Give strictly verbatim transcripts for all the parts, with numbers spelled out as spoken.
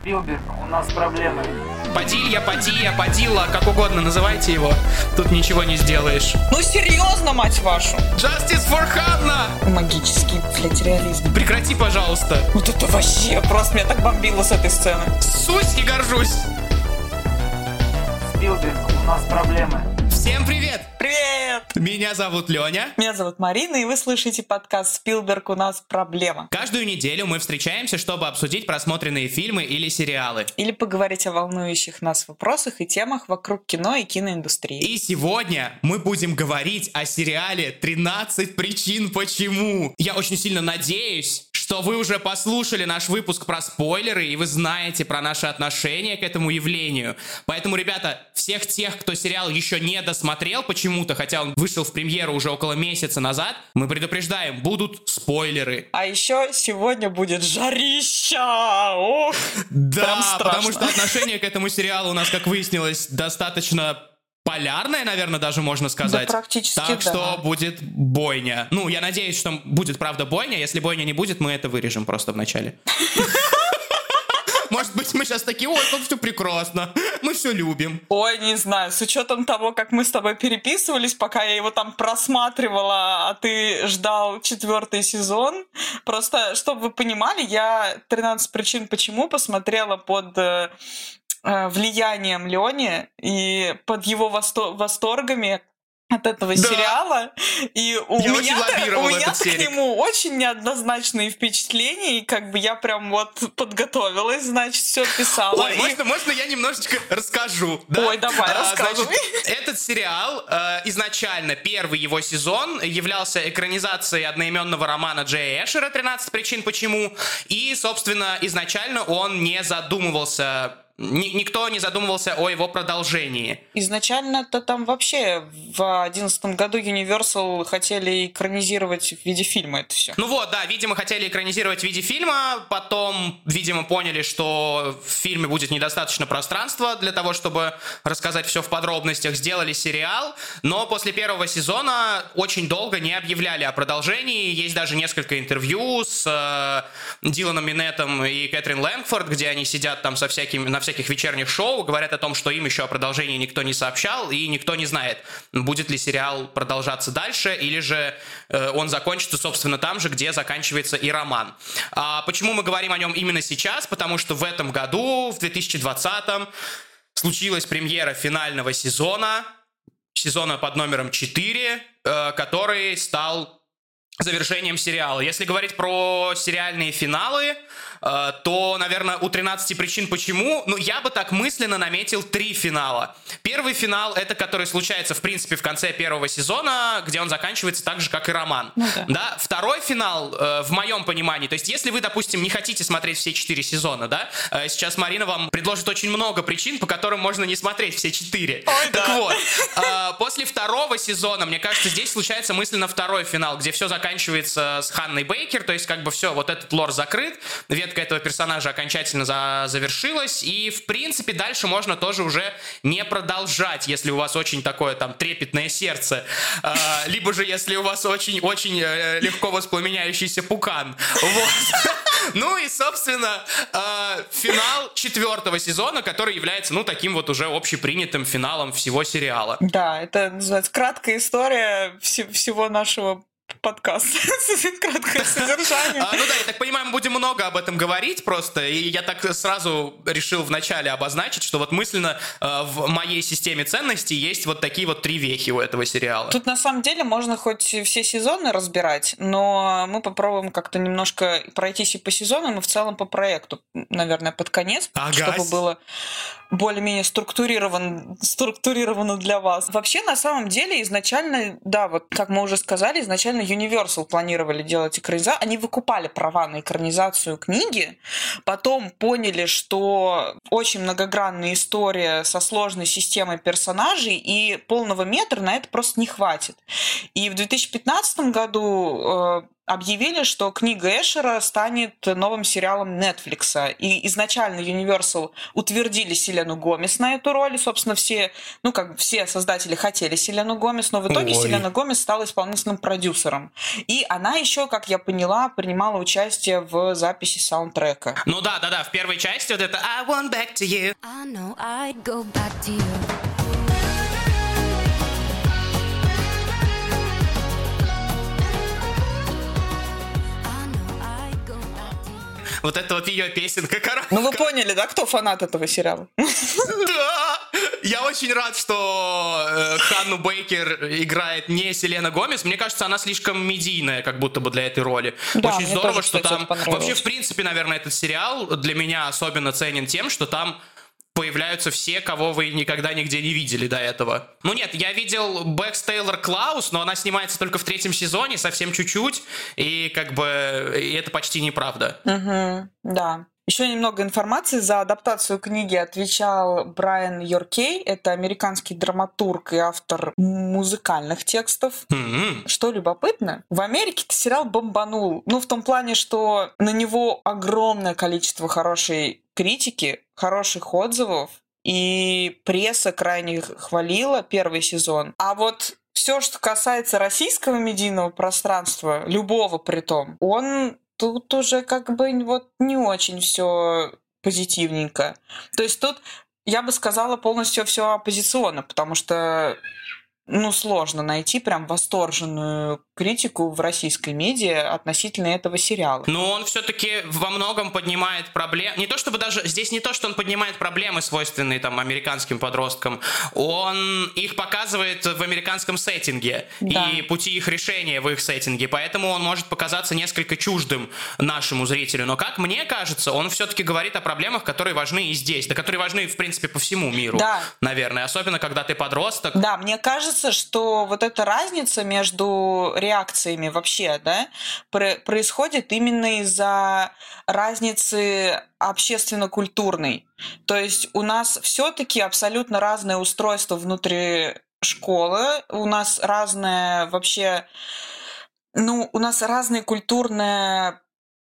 Спилберг, у нас проблемы. Падилья, Падия, Падилла, как угодно называйте его. Тут ничего не сделаешь. Ну серьезно, мать вашу. Justice for Hannah! Магический, блядь, реализм. Прекрати, пожалуйста. Вот это вообще, просто меня так бомбило с этой сцены. Сусь и горжусь. Спилберг, у нас проблемы. Всем привет! Привет! Меня зовут Леня. Меня зовут Марина, и вы слышите подкаст «Спилберг. У нас проблема». Каждую неделю мы встречаемся, чтобы обсудить просмотренные фильмы или сериалы. Или поговорить о волнующих нас вопросах и темах вокруг кино и киноиндустрии. И сегодня мы будем говорить о сериале «тринадцать причин почему». Я очень сильно надеюсь, что вы уже послушали наш выпуск про спойлеры, и вы знаете про наше отношение к этому явлению. Поэтому, ребята, всех тех, кто сериал еще не досмотрел почему-то, хотя он вышел в премьеру уже около месяца назад, мы предупреждаем, будут спойлеры. А еще сегодня будет жарища! Ох, да, потому что отношение к этому сериалу у нас, как выяснилось, достаточно полярная, наверное, даже можно сказать. Да, практически, так да. что будет бойня. Ну, я надеюсь, что будет, правда, бойня. Если бойня не будет, мы это вырежем просто в начале. Может быть, мы сейчас такие, ой, как все прекрасно, мы все любим. Ой, не знаю, с учетом того, как мы с тобой переписывались, пока я его там просматривала, а ты ждал четвертый сезон. Просто, чтобы вы понимали, я тринадцать причин почему посмотрела под э, влиянием Лёни и под его восто- восторгами от этого да. сериала, и у я меня, у меня к серик. нему очень неоднозначные впечатления, и как бы я прям вот подготовилась, значит, все писала. Ой, и... можно, можно я немножечко расскажу? Да? Ой, давай, а, рассказывай. Значит, этот сериал э, изначально, первый его сезон, являлся экранизацией одноименного романа Джея Эшера «тринадцать причин почему», и, собственно, изначально он не задумывался... Никто не задумывался о его продолжении. Изначально-то там вообще в две тысячи одиннадцатом году Universal хотели экранизировать в виде фильма это все. Ну вот, да, видимо, хотели экранизировать в виде фильма, потом, видимо, поняли, что в фильме будет недостаточно пространства для того, чтобы рассказать все в подробностях, сделали сериал, но после первого сезона очень долго не объявляли о продолжении. Есть даже несколько интервью с э, Диланом Минеттом и Кэтрин Лэнгфорд, где они сидят там со всякими, на всяких вечерних шоу, говорят о том, что им еще о продолжении никто не сообщал, и никто не знает, будет ли сериал продолжаться дальше, или же э, он закончится, собственно, там же, где заканчивается и роман. А почему мы говорим о нем именно сейчас? Потому что в этом году, в две тысячи двадцатом, случилась премьера финального сезона, сезона под номером четыре, э, который стал завершением сериала. Если говорить про сериальные финалы, э, то, наверное, у тринадцати причин почему, ну, я бы так мысленно наметил три финала. Первый финал — это который случается, в принципе, в конце первого сезона, где он заканчивается так же, как и роман. Ну, да. Да? Второй финал, э, в моем понимании, то есть если вы, допустим, не хотите смотреть все четыре сезона, да, э, сейчас Марина вам предложит очень много причин, по которым можно не смотреть все четыре. Ой, так да. вот, э, после второго сезона, мне кажется, здесь случается мысленно второй финал, где все заканчивается заканчивается с Ханной Бейкер, то есть как бы все, вот этот лор закрыт, ветка этого персонажа окончательно за- завершилась, и в принципе дальше можно тоже уже не продолжать, если у вас очень такое там трепетное сердце, э, либо же если у вас очень-очень э, легко воспламеняющийся пукан. Вот. Ну и, собственно, э, финал четвертого сезона, который является, ну, таким вот уже общепринятым финалом всего сериала. Да, это называется краткая история вс- всего нашего подкаст. Краткое содержание. А, ну да, я так понимаю, мы будем много об этом говорить просто, и я так сразу решил вначале обозначить, что вот мысленно э, в моей системе ценностей есть вот такие вот три вехи у этого сериала. Тут на самом деле можно хоть все сезоны разбирать, но мы попробуем как-то немножко пройтись и по сезонам, и в целом по проекту, наверное, под конец, Агась. чтобы было более-менее структурирован, структурировано для вас. Вообще, на самом деле, изначально, да, вот как мы уже сказали, изначально Universal планировали делать экранизацию. Они выкупали права на экранизацию книги, потом поняли, что очень многогранная история со сложной системой персонажей, и полного метра на это просто не хватит. И в две тысячи пятнадцатом году объявили, что «Книга Эшера» станет новым сериалом Netflix. И изначально Universal утвердили Селену Гомес на эту роль. И, собственно, все, ну, как бы все создатели хотели Селену Гомес, но в итоге Ой. Селена Гомес стала исполнительным продюсером. И она еще, как я поняла, принимала участие в записи саундтрека. Ну да, да, да, в первой части вот это I want back to you. I know I'd go back to you. Вот это вот ее песенка, короче. Ну вы поняли, да, кто фанат этого сериала? Да! Я очень рад, что э, Ханну Бейкер играет не Селена Гомес. Мне кажется, она слишком медийная, как будто бы для этой роли. Да, очень мне здорово, тоже, что кстати, там... это понравилось. Вообще, в принципе, наверное, этот сериал для меня особенно ценен тем, что там появляются все, кого вы никогда нигде не видели до этого. Ну нет, я видел Бэкс Тейлор Клаус, но она снимается только в третьем сезоне, совсем чуть-чуть, и как бы и это почти неправда. Угу, да. Еще немного информации. За адаптацию книги отвечал Брайан Йоркей. Это американский драматург и автор музыкальных текстов. Mm-hmm. Что любопытно, в Америке сериал бомбанул. Ну, в том плане, что на него огромное количество хорошей критики, хороших отзывов, и пресса крайне хвалила первый сезон. А вот все, что касается российского медийного пространства, любого притом, он... Тут уже как бы вот не очень все позитивненько. То есть тут, я бы сказала, полностью все оппозиционно, потому что, ну, сложно найти прям восторженную критику в российской медиа относительно этого сериала. Но он все-таки во многом поднимает проблемы. Не то чтобы даже... Здесь не то, что он поднимает проблемы, свойственные там американским подросткам. Он их показывает в американском сеттинге. Да. И пути их решения в их сеттинге. Поэтому он может показаться несколько чуждым нашему зрителю. Но, как мне кажется, он все-таки говорит о проблемах, которые важны и здесь. Да, которые важны, в принципе, по всему миру. Да. Наверное. Особенно, когда ты подросток. Да, мне кажется, что вот эта разница между реакциями вообще, да, происходит именно из-за разницы общественно-культурной. То есть у нас все-таки абсолютно разное устройство внутри школы, у нас разная вообще, ну, у нас разная культурная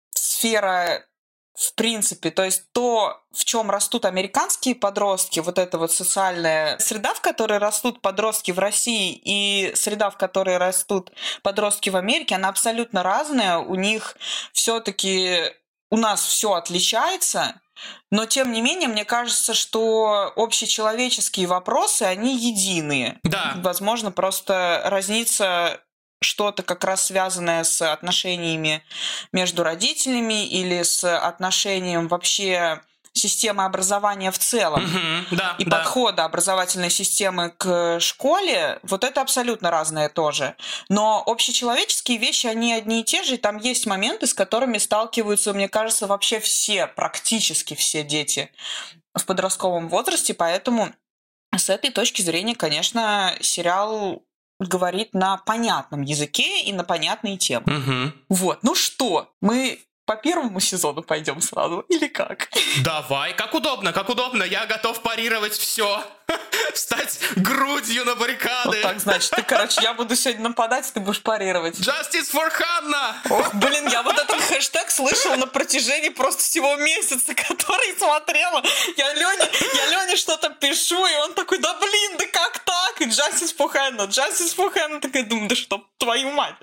сфера в принципе, то есть то, в чем растут американские подростки, вот эта вот социальная среда, в которой растут подростки в России, и среда, в которой растут подростки в Америке, она абсолютно разная. У них все-таки, у нас все отличается, но тем не менее, мне кажется, что общечеловеческие вопросы, они единые. Да. Возможно, просто разница что-то как раз связанное с отношениями между родителями или с отношением вообще системы образования в целом Угу, да, и да. подхода образовательной системы к школе, вот это абсолютно разное тоже. Но общечеловеческие вещи, они одни и те же, и там есть моменты, с которыми сталкиваются, мне кажется, вообще все, практически все дети в подростковом возрасте, поэтому с этой точки зрения, конечно, сериал говорит на понятном языке и на понятные темы. Угу. Вот, ну что, мы по первому сезону пойдем сразу или как? Давай, как удобно, как удобно, я готов парировать все. Встать грудью на баррикады. Вот так, значит, ты, короче, я буду сегодня нападать, ты будешь парировать. Justice for Hannah! Ох, блин, я вот этот хэштег слышала на протяжении просто всего месяца, который смотрела. Я Лене, я Лене что-то пишу, и он такой, да блин, да как так? И Justice for Hannah, Justice for Hannah. Такая, думаю, да что, твою мать.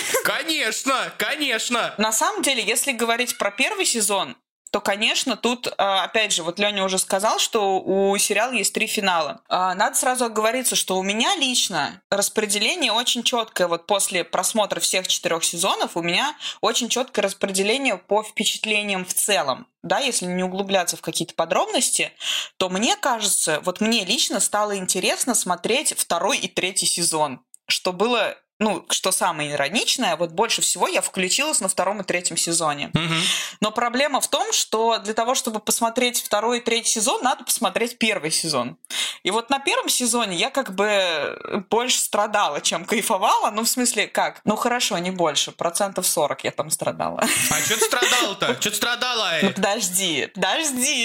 Конечно, конечно. На самом деле, если говорить про первый сезон, то, конечно, тут, опять же, вот Леня уже сказал, что у сериала есть три финала. Надо сразу оговориться, что у меня лично распределение очень четкое. Вот после просмотра всех четырех сезонов у меня очень четкое распределение по впечатлениям в целом. Да, если не углубляться в какие-то подробности, то мне кажется, вот мне лично стало интересно смотреть второй и третий сезон, что было... Ну, что самое ироничное, вот больше всего я включилась на втором и третьем сезоне. Угу. Но проблема в том, что для того, чтобы посмотреть второй и третий сезон, надо посмотреть первый сезон. И вот на первом сезоне я как бы больше страдала, чем кайфовала. Ну, в смысле, как? Ну, хорошо, не больше. Процентов сорок я там страдала. А что ты страдала-то? Что ты страдала? Ну, подожди, подожди.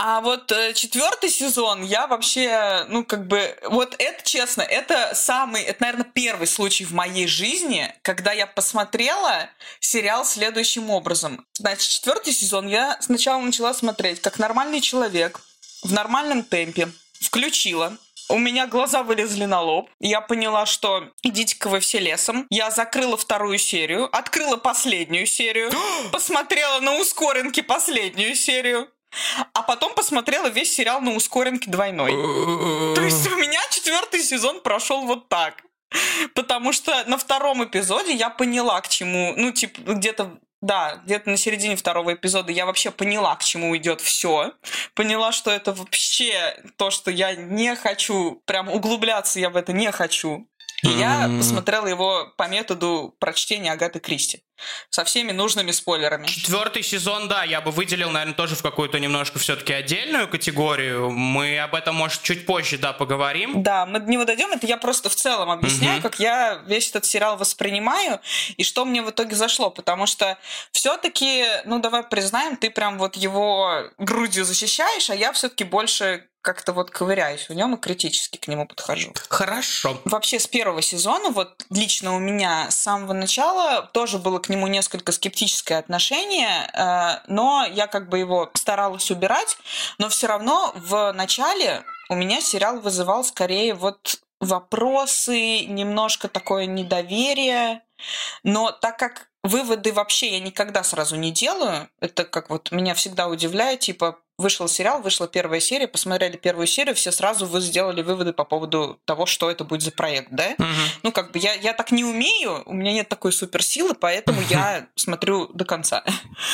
А вот э, четвертый сезон я вообще, ну, как бы, вот это, честно, это самый, это, наверное, первый случай в моей жизни, когда я посмотрела сериал следующим образом. Значит, четвертый сезон я сначала начала смотреть как нормальный человек, в нормальном темпе, включила. У меня глаза вылезли на лоб. Я поняла, что идите-ка вы все лесом. Я закрыла вторую серию, открыла последнюю серию, посмотрела на ускоренке последнюю серию, а потом посмотрела весь сериал на ускоренке двойной. То есть у меня четвертый сезон прошел вот так. Потому что на втором эпизоде я поняла, к чему, ну, типа, где-то, да, где-то на середине второго эпизода я вообще поняла, к чему идет все. Поняла, что это вообще то, что я не хочу, прям углубляться я в это не хочу. И mm-hmm. я посмотрела его по методу прочтения Агаты Кристи. Со всеми нужными спойлерами. Четвертый сезон, да, я бы выделил, наверное, тоже в какую-то немножко все-таки отдельную категорию. Мы об этом, может, чуть позже, да, поговорим. Да, мы до него дойдем. Это я просто в целом объясняю, mm-hmm. как я весь этот сериал воспринимаю и что мне в итоге зашло. Потому что все-таки, ну, давай признаем, ты прям вот его грудью защищаешь, а я все-таки больше как-то вот ковыряюсь в нем и критически к нему подхожу. Хорошо. Вообще с первого сезона, вот лично у меня с самого начала тоже было к нему несколько скептическое отношение, но я как бы его старалась убирать, но все равно в начале у меня сериал вызывал скорее вот вопросы, немножко такое недоверие, но так как выводы вообще я никогда сразу не делаю, это как вот меня всегда удивляет, типа вышел сериал, вышла первая серия, посмотрели первую серию, все сразу вы сделали выводы по поводу того, что это будет за проект, да? Uh-huh. Ну, как бы я, я так не умею, у меня нет такой суперсилы, поэтому uh-huh. я смотрю до конца.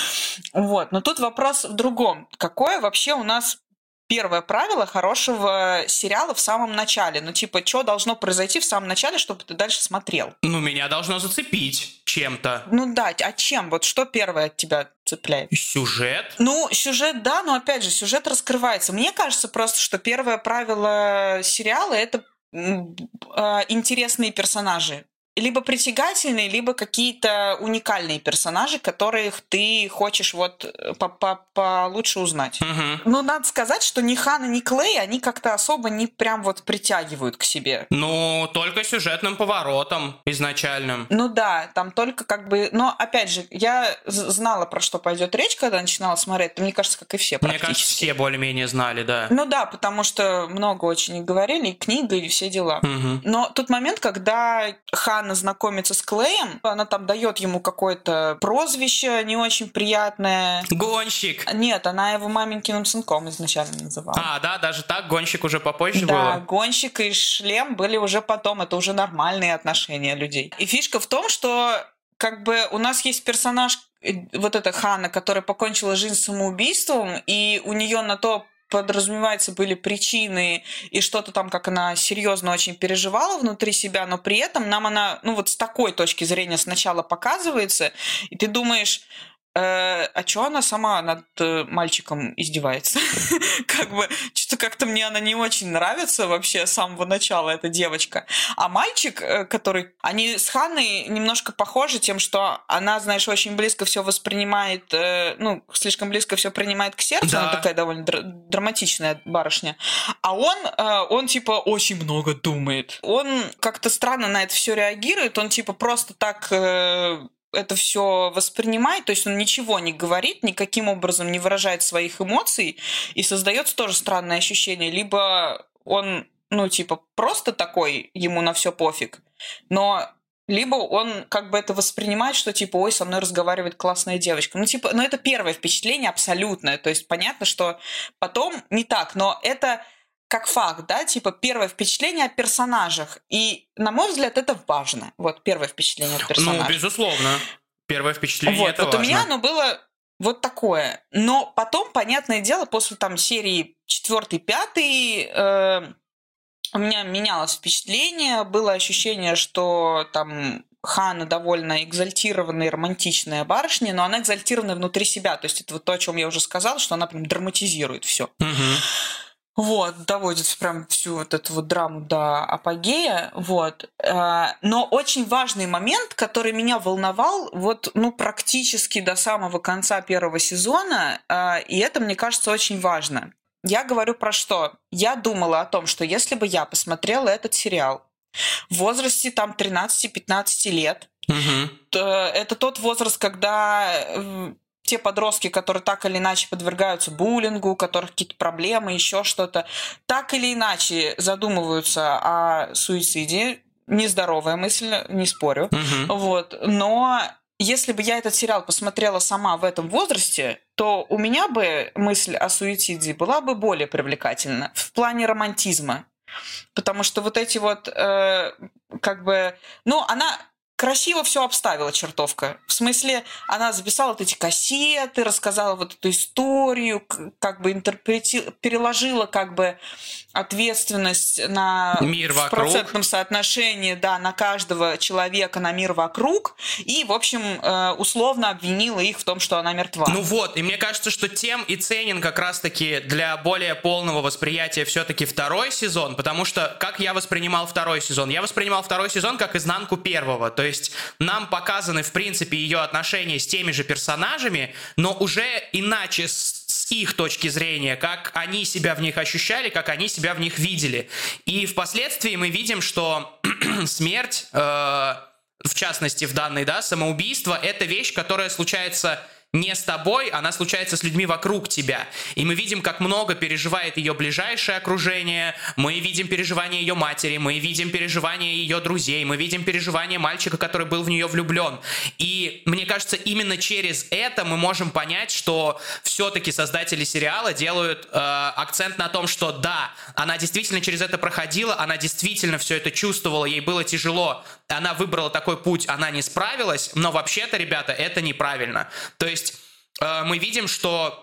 Вот. Но тут вопрос в другом. Какое вообще у нас первое правило хорошего сериала в самом начале? Ну, типа, что должно произойти в самом начале, чтобы ты дальше смотрел? Ну, меня должно зацепить чем-то. Ну да, а чем? Вот что первое от тебя цепляет? Сюжет? Ну, сюжет, да, но опять же, сюжет раскрывается. Мне кажется просто, что первое правило сериала — это э, интересные персонажи. Либо притягательные, либо какие-то уникальные персонажи, которых ты хочешь вот получше узнать. Угу. Ну, надо сказать, что ни Ханна, ни Клей, они как-то особо не прям вот притягивают к себе. Ну, только сюжетным поворотом изначальным. Ну да, там только как бы... Но, опять же, я знала, про что пойдет речь, когда начинала смотреть. Мне кажется, как и все практически. Мне кажется, все более-менее знали, да. Ну да, потому что много очень говорили, и книга, и все дела. Угу. Но тот момент, когда Ханна знакомится с Клеем, она там дает ему какое-то прозвище не очень приятное. Гонщик. Нет, она его маменькиным сынком изначально называла. А, да, даже так? Гонщик уже попозже да, было? Да, гонщик и шлем были уже потом, это уже нормальные отношения людей. И фишка в том, что как бы у нас есть персонаж, вот эта Ханна, которая покончила жизнь самоубийством, и у нее на то подразумевается, были причины, и что-то там, как она серьезно очень переживала внутри себя, но при этом нам она, ну вот с такой точки зрения сначала показывается, и ты думаешь, э, а чё она сама над э, мальчиком издевается? Как бы, что-то как-то мне она не очень нравится вообще с самого начала, эта девочка. А мальчик, который... Они с Ханной немножко похожи тем, что она, знаешь, очень близко все воспринимает, э, ну, слишком близко все принимает к сердцу, да. Она такая довольно др- драматичная барышня. А он, э, он, типа, очень много думает. Он как-то странно на это все реагирует, он, типа, просто так... Э, это все воспринимает, то есть он ничего не говорит, никаким образом не выражает своих эмоций, и создается тоже странное ощущение. Либо он, ну, типа, просто такой, ему на все пофиг, но либо он как бы это воспринимает, что типа, ой, со мной разговаривает классная девочка. Ну, типа, ну, это первое впечатление абсолютное, то есть понятно, что потом не так, но это... как факт, да, типа первое впечатление о персонажах. И, на мой взгляд, это важно. Вот первое впечатление от персонажа. Ну, безусловно. Первое впечатление вот, это вот важно. У меня оно было вот такое. Но потом, понятное дело, после там серии четвёртой, пятой, э, у меня менялось впечатление. Было ощущение, что там Ханна довольно экзальтированная, романтичная барышня, но она экзальтированная внутри себя. То есть это вот то, о чем я уже сказала, что она прям драматизирует все. Угу. Вот, доводит прям всю вот эту вот драму до апогея, вот. Э, Но очень важный момент, который меня волновал вот, ну, практически до самого конца первого сезона, э, и это, мне кажется, очень важно. Я говорю про что? Я думала о том, что если бы я посмотрела этот сериал в возрасте там тринадцати-пятнадцати лет, Мгм. то это тот возраст, когда э, те подростки, которые так или иначе подвергаются буллингу, у которых какие-то проблемы, еще что-то, так или иначе задумываются о суициде. Нездоровая мысль, не спорю. Мгм. Вот. Но если бы я этот сериал посмотрела сама в этом возрасте, то у меня бы мысль о суициде была бы более привлекательна в плане романтизма. Потому что вот эти вот, э, как бы, ну, она красиво все обставила, чертовка. В смысле, она записала вот эти кассеты, рассказала вот эту историю, к- как бы интерпрети... переложила как бы ответственность на Мир в вокруг. процентном соотношении, да, на каждого человека, на мир вокруг, и, в общем, э, условно обвинила их в том, что она мертва. Ну вот, и мне кажется, что тем и ценен как раз-таки для более полного восприятия все-таки второй сезон, потому что как я воспринимал второй сезон? Я воспринимал второй сезон как изнанку первого, то есть нам показаны, в принципе, ее отношения с теми же персонажами, но уже иначе с с их точки зрения, как они себя в них ощущали, как они себя в них видели. И впоследствии мы видим, что смерть, э, в частности в данной, да, самоубийство, это вещь, которая случается не с тобой, она случается с людьми вокруг тебя. И мы видим, как много переживает ее ближайшее окружение, мы видим переживания ее матери, мы видим переживания ее друзей, мы видим переживания мальчика, который был в нее влюблен. И мне кажется, именно через это мы можем понять, что все-таки создатели сериала делают э, акцент на том, что да, она действительно через это проходила, она действительно все это чувствовала, ей было тяжело, она выбрала такой путь, она не справилась, но вообще-то, ребята, это неправильно. То есть э, мы видим, что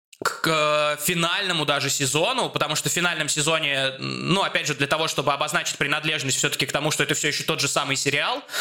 к э, финальному даже сезону, потому что в финальном сезоне, ну, опять же, для того, чтобы обозначить принадлежность все-таки к тому, что это все еще тот же самый сериал, э,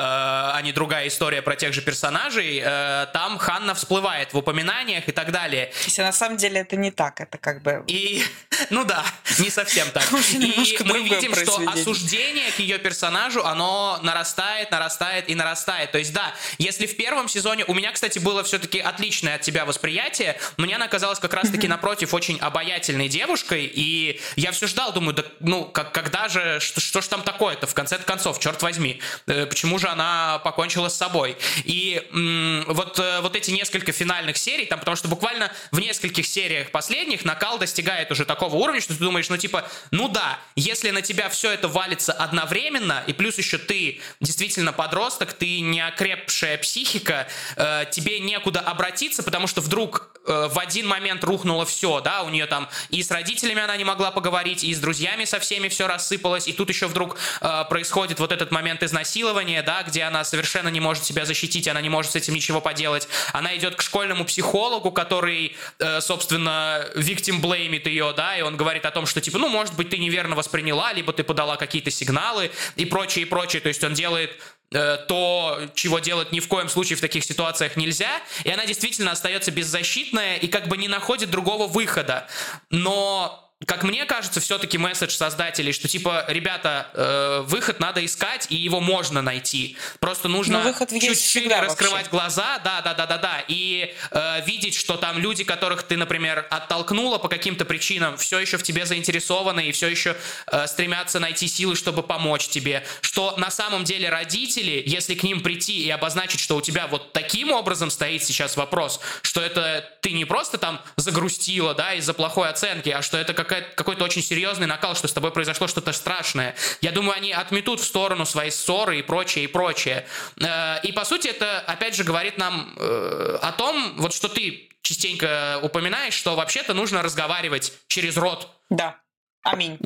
а не другая история про тех же персонажей, э, там Ханна всплывает в упоминаниях и так далее. Если на самом деле это не так, это как бы... И, ну да, не совсем так. Уже И немножко мы другое видим, что произведение. осуждение к ее персонажу, оно нарастает, нарастает и нарастает. То есть да, если в первом сезоне... У меня, кстати, было все-таки отличное от тебя восприятие. Мне она казалась как раз-таки напротив очень обаятельной девушкой. И я все ждал, думаю, да, ну, как, когда же... Что, что ж там такое-то? В конце концов, черт возьми. Э, Почему же она покончила с собой? И м, вот, э, вот эти несколько финальных серий, там, потому что буквально в нескольких сериях последних накал достигает уже такого уровня, что ты думаешь, ну типа, ну да, если на тебя все это валится одновременно, и плюс еще ты действительно подросток, ты неокрепшая психика, э, тебе некуда обратиться, потому что вдруг э, в один момент рухнуло все, да, у нее там и с родителями она не могла поговорить, и с друзьями со всеми все рассыпалось, и тут еще вдруг э, происходит вот этот момент изнасилования, да, где она совершенно не может себя защитить, она не может с этим ничего поделать, она идет к школьному психологу, который, э, собственно, victim blame'ит ее, да, и он говорит о том, что, типа, ну, может быть, ты неверно восприняла, либо ты подала какие-то сигналы и прочее, и прочее, то есть он делает э, то, чего делать ни в коем случае в таких ситуациях нельзя, и она действительно остается беззащитная и как бы не находит другого выхода, но... Как мне кажется, все-таки месседж создателей, что типа, ребята, э, выход надо искать, и его можно найти. Просто нужно Но выход есть чуть всегда шире раскрывать вообще. глаза, да, да, да, да, да, и э, видеть, что там люди, которых ты, например, оттолкнула по каким-то причинам, все еще в тебе заинтересованы и все еще э, стремятся найти силы, чтобы помочь тебе. Что на самом деле родители, если к ним прийти и обозначить, что у тебя вот таким образом стоит сейчас вопрос, что это ты не просто там загрустила, да, из-за плохой оценки, а что это какая-то, какой-то очень серьезный накал, что с тобой произошло что-то страшное. Я думаю, они отметут в сторону свои ссоры и прочее, и прочее. Э, И, по сути, это, опять же, говорит нам э, о том, вот что ты частенько упоминаешь, что вообще-то нужно разговаривать через рот. Да. Аминь.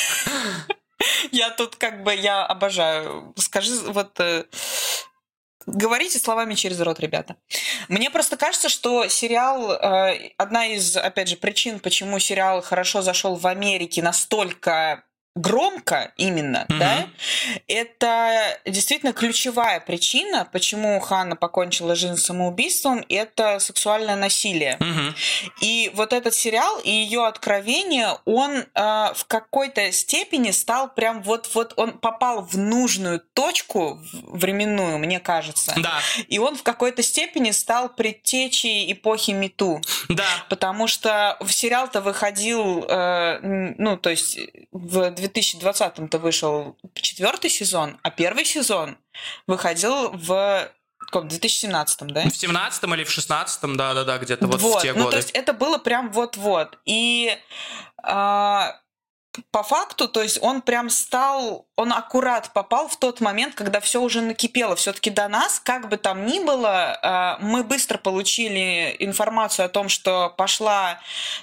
Я тут как бы, я обожаю. Скажи, вот... э, Говорите словами через рот, ребята. Мне просто кажется, что сериал... э, Одна из, опять же, причин, почему сериал хорошо зашел в Америке настолько громко именно, Мгм. да, это действительно ключевая причина, почему Ханна покончила жизнь самоубийством, это сексуальное насилие. Мгм. И вот этот сериал и ее откровение, он э, в какой-то степени стал прям вот-вот, он попал в нужную точку в- временную, мне кажется. Да, И он в какой-то степени стал предтечей эпохи Мету. да. Потому что в сериал-то выходил, э, м, ну, то есть в две тысячи двадцатом-то вышел четвертый сезон, а первый сезон выходил в каком, две тысячи семнадцатом, да? В семнадцатом или в шестнадцатом, да-да-да, где-то вот, Вот, в те ну, годы. то есть это было прям вот-вот. И а, по факту, то есть он прям стал, он аккурат попал в тот момент, когда все уже накипело. Все-таки до нас, как бы там ни было, а, мы быстро получили информацию о том, что пошла,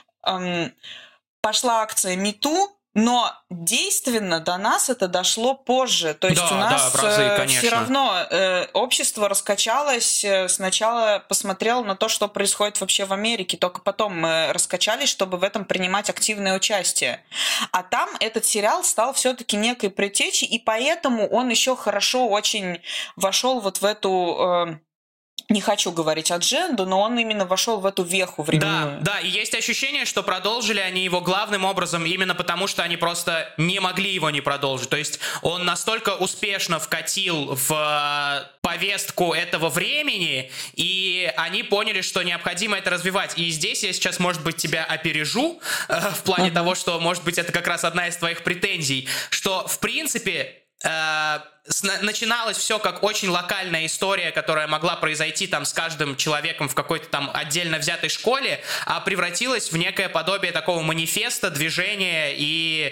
эм, пошла акция МeToo, но действенно до нас это дошло позже. То есть Да, у да, нас в разы, все конечно. равно э, общество раскачалось, э, сначала посмотрело на то, что происходит вообще в Америке, только потом мы раскачались, чтобы в этом принимать активное участие. А там этот сериал стал все-таки некой предтечей, и поэтому он еще хорошо очень вошел вот в эту... э, не хочу говорить адженду, но он именно вошел в эту веху временную. Да, да, и есть ощущение, что продолжили они его главным образом именно потому, что они просто не могли его не продолжить. То есть он настолько успешно вкатил в э, повестку этого времени, и они поняли, что необходимо это развивать. И здесь я сейчас, может быть, тебя опережу э, в плане Мгм. того, что, может быть, это как раз одна из твоих претензий, что, в принципе, э, сна- начиналось все как очень локальная история, которая могла произойти там с каждым человеком в какой-то там отдельно взятой школе, а превратилась в некое подобие такого манифеста, движения и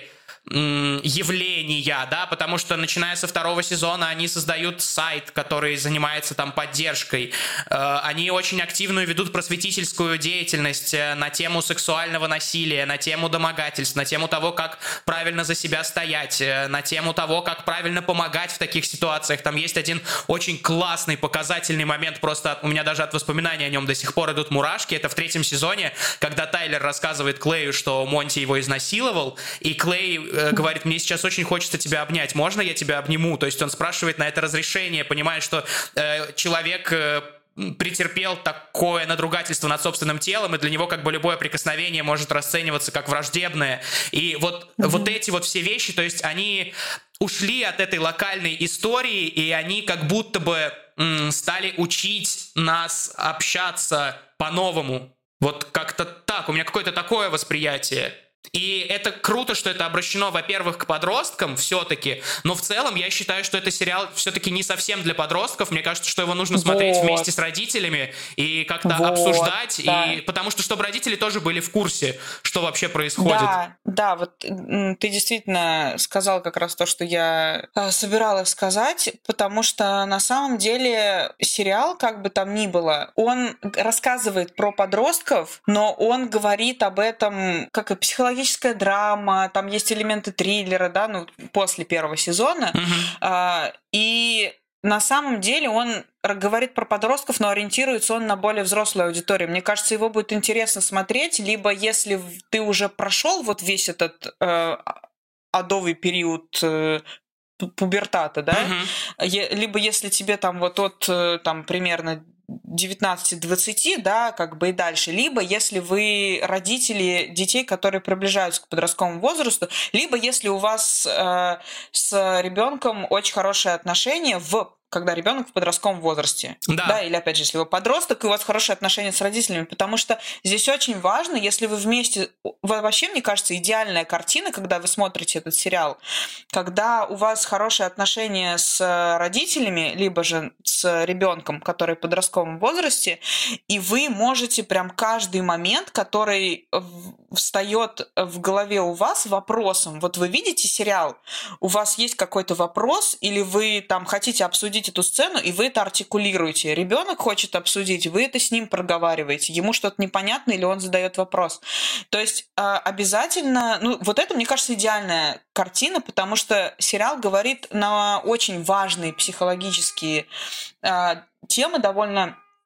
м, явления, да, потому что начиная со второго сезона они создают сайт, который занимается там поддержкой. Э, Они очень активную ведут просветительскую деятельность э, на тему сексуального насилия, на тему домогательств, на тему того, как правильно за себя стоять, э, на тему того, как правильно помогать в таких ситуациях. Там есть один очень классный, показательный момент, просто от- у меня даже от воспоминаний о нем до сих пор идут мурашки. Это в третьем сезоне, когда Тайлер рассказывает Клею, что Монти его изнасиловал, и Клей э, говорит: мне сейчас очень хочется тебя обнять, можно я тебя обниму? То есть он спрашивает на это разрешение, понимая, что э, человек... э, претерпел такое надругательство над собственным телом, и для него как бы любое прикосновение может расцениваться как враждебное. И вот, mm-hmm. вот эти вот все вещи, то есть они ушли от этой локальной истории, и они как будто бы м, стали учить нас общаться по-новому. Вот как-то так, у меня какое-то такое восприятие. И это круто, что это обращено, во-первых, к подросткам все-таки, но в целом я считаю, что это сериал все-таки не совсем для подростков. Мне кажется, что его нужно смотреть Вот. вместе с родителями и как-то Вот, обсуждать, да. и потому что чтобы родители тоже были в курсе, что вообще происходит. Да, да, вот м, ты действительно сказал как раз то, что я э, собиралась сказать, потому что на самом деле сериал, как бы там ни было, он рассказывает про подростков, но он говорит об этом как и психологическая драма, там есть элементы триллера, да, ну, после первого сезона, Мгм. а, и на самом деле он р- говорит про подростков, но ориентируется он на более взрослую аудиторию. Мне кажется, его будет интересно смотреть, либо если в- ты уже прошел вот весь этот э, адовый период э, пу- пубертата, да, Мгм. Е- либо если тебе там вот от э, там примерно девятнадцати-двадцати, да, как бы и дальше, либо если вы родители детей, которые приближаются к подростковому возрасту, либо если у вас э, с ребенком очень хорошие отношения в когда ребенок в подростковом возрасте. Да. Или, опять же, если вы подросток, и у вас хорошие отношения с родителями, потому что здесь очень важно, если вы вместе... Вообще, мне кажется, идеальная картина, когда вы смотрите этот сериал, когда у вас хорошие отношения с родителями, либо же с ребенком, который в подростковом возрасте, и вы можете прям каждый момент, который в- встает в голове у вас вопросом, вот вы видите сериал, у вас есть какой-то вопрос, или вы там хотите обсудить эту сцену, и вы это артикулируете. Ребенок хочет обсудить, вы это с ним проговариваете, ему что-то непонятно, или он задает вопрос. То есть а, обязательно, ну вот это, мне кажется, идеальная картина, потому что сериал говорит на очень важные психологические а, темы довольно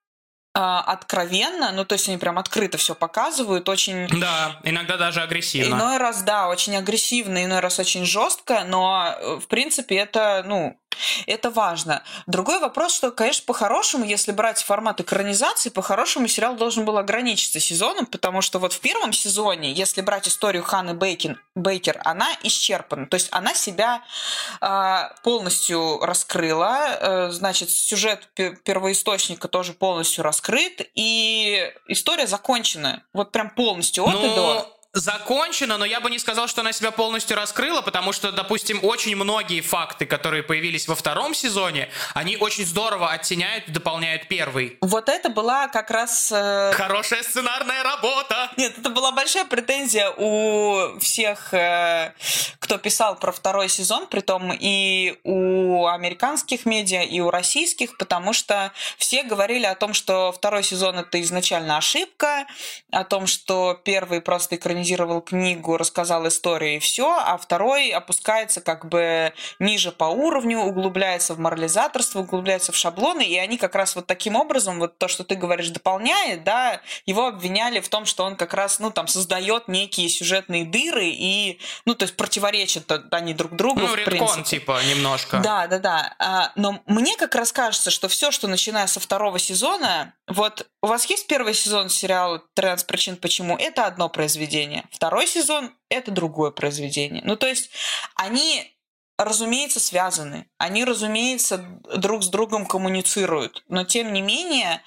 откровенно, ну, то есть они прям открыто все показывают, очень... Да, иногда даже агрессивно. Иной раз, да, очень агрессивно, иной раз очень жестко, но, в принципе, это, ну, это важно. Другой вопрос, что, конечно, по-хорошему, если брать формат экранизации, по-хорошему сериал должен был ограничиться сезоном, потому что вот в первом сезоне, если брать историю Ханны Бейкин, Бейкер, она исчерпана. То есть она себя э, полностью раскрыла, э, значит, сюжет первоисточника тоже полностью раскрыт, и история закончена. Вот прям полностью от ну... и до. Закончено, но я бы не сказал, что она себя полностью раскрыла, потому что, допустим, очень многие факты, которые появились во втором сезоне, они очень здорово оттеняют и дополняют первый. Вот это была как раз... Э... Хорошая сценарная работа! Нет, это была большая претензия у всех, э, кто писал про второй сезон, притом и у американских медиа, и у российских, потому что все говорили о том, что второй сезон — это изначально ошибка, о том, что первый просто экранизировал книгу, рассказал историю и все, а второй опускается как бы ниже по уровню, углубляется в морализаторство, углубляется в шаблоны, и они как раз вот таким образом, вот то, что ты говоришь, дополняет, да, его обвиняли в том, что он как раз, ну, там, создает некие сюжетные дыры и, ну, то есть противоречат они друг другу, ну, в редкон, принципе. типа, немножко. Да, да, да. А, но мне как раз кажется, что все, что начиная со второго сезона, вот у вас есть первый сезон сериала «тринадцать причин почему», это одно произведение. Второй сезон — это другое произведение. Ну, то есть они, разумеется, связаны. Они, разумеется, друг с другом коммуницируют. Но, тем не менее,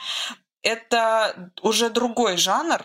это уже другой жанр.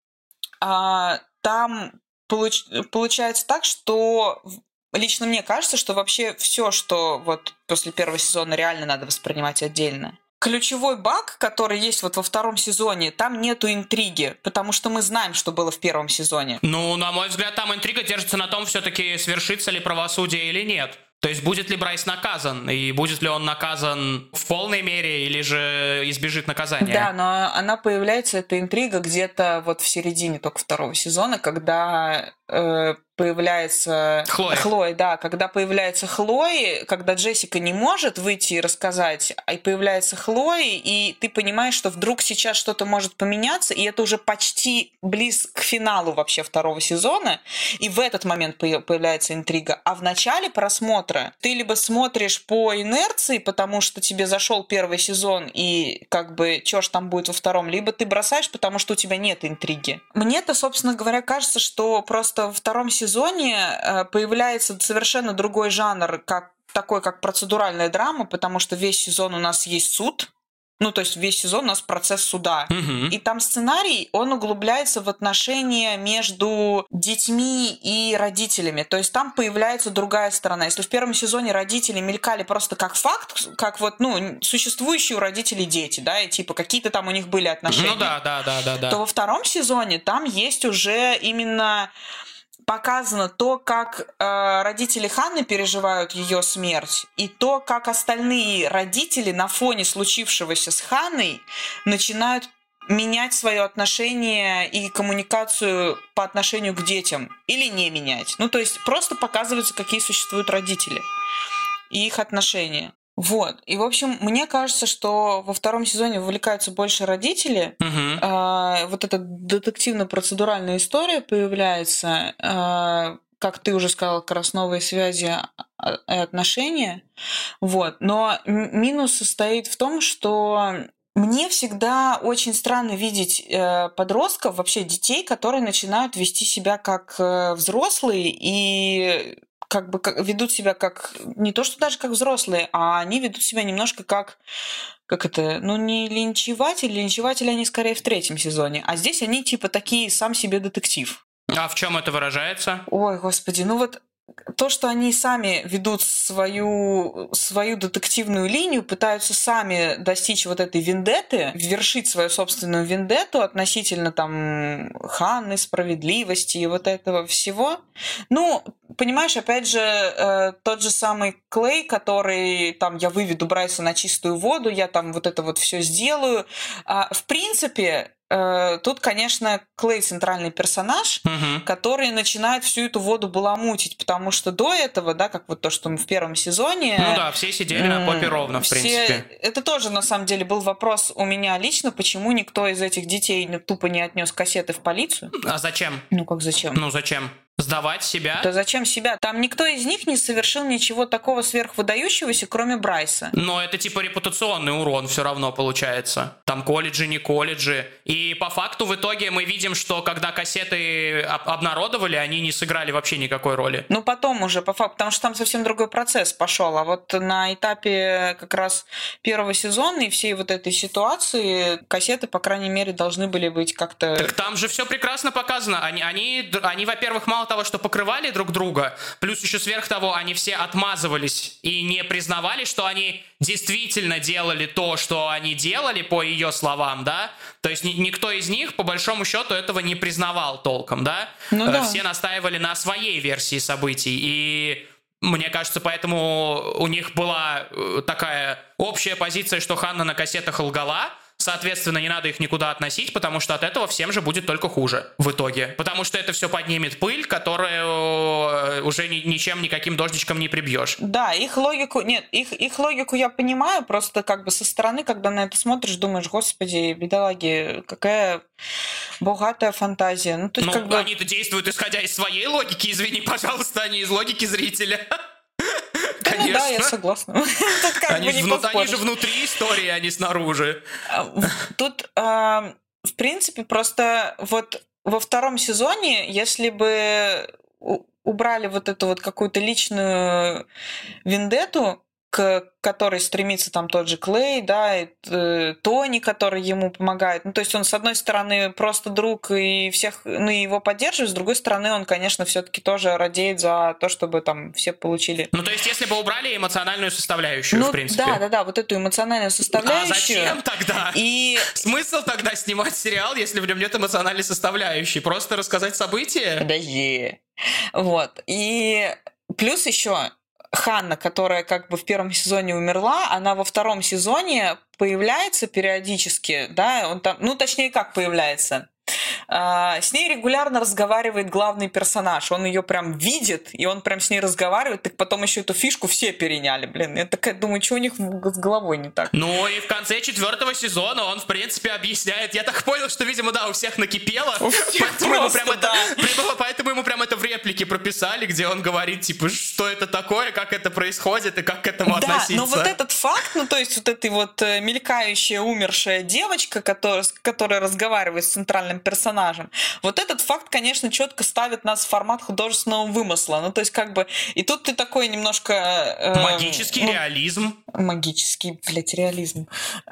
А, там получ... получается так, что... Лично мне кажется, что вообще все, что вот после первого сезона, реально надо воспринимать отдельно. Ключевой баг, который есть вот во втором сезоне, там нету интриги, потому что мы знаем, что было в первом сезоне. Ну, на мой взгляд, там интрига держится на том, все-таки свершится ли правосудие или нет. То есть будет ли Брайс наказан, и будет ли он наказан в полной мере, или же избежит наказания? Да, но она появляется, эта интрига, где-то вот в середине только второго сезона, когда э, появляется... Хлоя. Хлоя, да, когда появляется Хлоя, когда Джессика не может выйти и рассказать, а и появляется Хлоя, и ты понимаешь, что вдруг сейчас что-то может поменяться, и это уже почти близ к финалу вообще второго сезона, и в этот момент появляется интрига. А в начале просмотра ты либо смотришь по инерции, потому что тебе зашел первый сезон, и как бы чё ж там будет во втором, либо ты бросаешь, потому что у тебя нет интриги. Мне-то, собственно говоря, кажется, что просто во втором сезоне появляется совершенно другой жанр, как такой, как процедуральная драма, потому что весь сезон у нас есть суд. Ну, то есть весь сезон у нас процесс суда. Угу. И там сценарий, он углубляется в отношения между детьми и родителями. То есть там появляется другая сторона. Если в первом сезоне родители мелькали просто как факт, как вот, ну, существующие у родителей дети, да, и типа какие-то там у них были отношения. Ну да, да, да, да, да. То во втором сезоне там есть уже именно... показано то, как э, родители Ханны переживают ее смерть, и то, как остальные родители на фоне случившегося с Ханной начинают менять свое отношение и коммуникацию по отношению к детям или не менять. Ну, то есть просто показывается, какие существуют родители и их отношения. Вот. И, в общем, мне кажется, что во втором сезоне вовлекаются больше родители. Угу. А, вот эта детективно-процедуральная история появляется, а, как ты уже сказал, как раз новые связи и отношения. Вот. Но минус состоит в том, что мне всегда очень странно видеть э, подростков, вообще детей, которые начинают вести себя как э, взрослые и как бы как, ведут себя как... Не то, что даже как взрослые, а они ведут себя немножко как... Как это? Ну, не линчеватели. Линчеватели они скорее в третьем сезоне. А здесь они типа такие сам себе детектив. А в чем это выражается? Ой, господи, ну вот то, что они сами ведут свою, свою детективную линию, пытаются сами достичь вот этой вендетты, вершить свою собственную вендетту относительно там Ханны, справедливости и вот этого всего. Ну, понимаешь, опять же, э, тот же самый Клей, который там я выведу Брайса на чистую воду, я там вот это вот все сделаю. А, в принципе, э, тут, конечно, Клей центральный персонаж, Мгм. который начинает всю эту воду баламутить, потому что до этого, да, как вот то, что мы в первом сезоне... Ну да, все сидели на попе ровно, в все- принципе. Это тоже, на самом деле, был вопрос у меня лично, почему никто из этих детей не- тупо не отнес кассеты в полицию. А зачем? Ну как зачем? Ну зачем? Сдавать себя? Да зачем себя? Там никто из них не совершил ничего такого сверхвыдающегося, кроме Брайса. Но это типа репутационный урон все равно получается. Там колледжи, не колледжи. И по факту в итоге мы видим, что когда кассеты об- обнародовали, они не сыграли вообще никакой роли. Ну, потом уже, по факту, потому что там совсем другой процесс пошел. А вот на этапе как раз первого сезона и всей вот этой ситуации кассеты, по крайней мере, должны были быть как-то... Так там же все прекрасно показано. Они, они, они, во-первых, мало того, что покрывали друг друга, плюс еще сверх того, они все отмазывались и не признавали, что они действительно делали то, что они делали, по ее словам, да? То есть ни- никто из них, по большому счету, этого не признавал толком, да? Ну Э, да. Все настаивали на своей версии событий, и мне кажется, поэтому у них была э, такая общая позиция, что Ханна на кассетах лгала. Соответственно, не надо их никуда относить, потому что от этого всем же будет только хуже в итоге. Потому что это все поднимет пыль, которую э, уже ни- ничем, никаким дождичком не прибьешь. Да, их логику... Нет, их, их логику я понимаю, просто как бы со стороны, когда на это смотришь, думаешь, господи, бедолаги, какая богатая фантазия. Ну, то есть Ну, как бы... они-то действуют исходя из своей логики, извини, пожалуйста, а не из логики зрителя. Да, ну да, я Конечно. согласна. Тут как Они бы же не внут- они поспоришь. же внутри истории, а не снаружи. А, в- Тут, а, в принципе, просто вот во втором сезоне, если бы у- убрали вот эту вот какую-то личную вендетту, к которой стремится там тот же Клей, да, и э, Тони, который ему помогает. Ну, то есть он, с одной стороны, просто друг и всех, ну, и его поддерживает, с другой стороны, он, конечно, все-таки тоже радеет за то, чтобы там все получили... Ну, то есть, если бы убрали эмоциональную составляющую, Ну, в принципе. да, да, да, вот эту эмоциональную А составляющую. зачем тогда? И Смысл тогда снимать сериал, если в нем нет эмоциональной составляющей? Просто рассказать события? Подожди. Вот. И плюс еще Ханна, которая как бы в первом сезоне умерла, она во втором сезоне появляется периодически, да, он там, ну, точнее, как появляется. А, С ней регулярно разговаривает главный персонаж. Он ее прям видит, и он прям с ней разговаривает. Так потом еще эту фишку все переняли. Блин, я такая думаю, что у них с головой не так? Ну и в конце четвертого сезона он, в принципе, объясняет. Я так понял, что, видимо, да, у всех накипело. У всех Поэтому ему, просто, прям это, да. прямо- поэтому ему прям это в реплике прописали, где он говорит, типа, что это такое, как это происходит и как к этому Да, относиться. но вот этот факт, ну то есть вот этой вот э, мелькающая умершая девочка, которая, которая разговаривает с центральным персонажем, вот этот факт, конечно, четко ставит нас в формат художественного вымысла. Ну то есть как бы и тут ты такой немножко... э, Магический ну, реализм. Магический, блядь, реализм.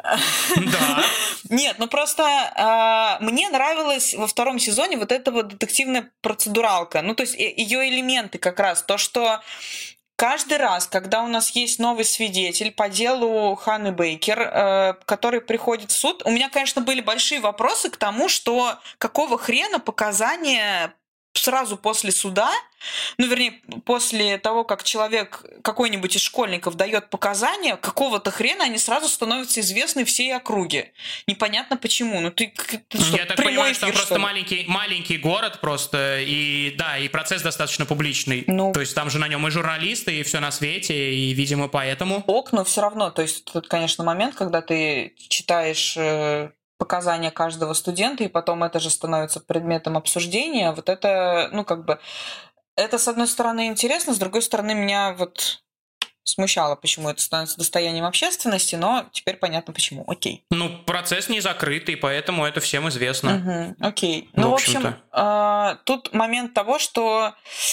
Да. Нет, ну просто а, мне нравилась во втором сезоне вот эта вот детективная процедуралка. Ну, то есть ее элементы как раз. То, что каждый раз, когда у нас есть новый свидетель по делу Ханны Бейкер, э, который приходит в суд, у меня, конечно, были большие вопросы к тому, что какого хрена показания сразу после суда, ну, вернее, после того, как человек, какой-нибудь из школьников дает показания, какого-то хрена они сразу становятся известны всей округе. Непонятно почему. Ну, ты, ты что, Я так прямой понимаю, что там эфир, просто что ли? маленький, маленький город просто, и да, и процесс достаточно публичный. Ну. То есть там же на нем и журналисты, и все на свете, и, видимо, поэтому... Ок, но все равно, то есть тут, конечно, момент, когда ты читаешь э, показания каждого студента, и потом это же становится предметом обсуждения, вот это, ну, как бы, это, с одной стороны, интересно, с другой стороны, меня вот смущало, почему это становится достоянием общественности, но теперь понятно, почему. Окей. Ну, процесс не закрытый, поэтому это всем известно. Мгм, окей. В Ну, в общем, общем-то. э, тут момент того, что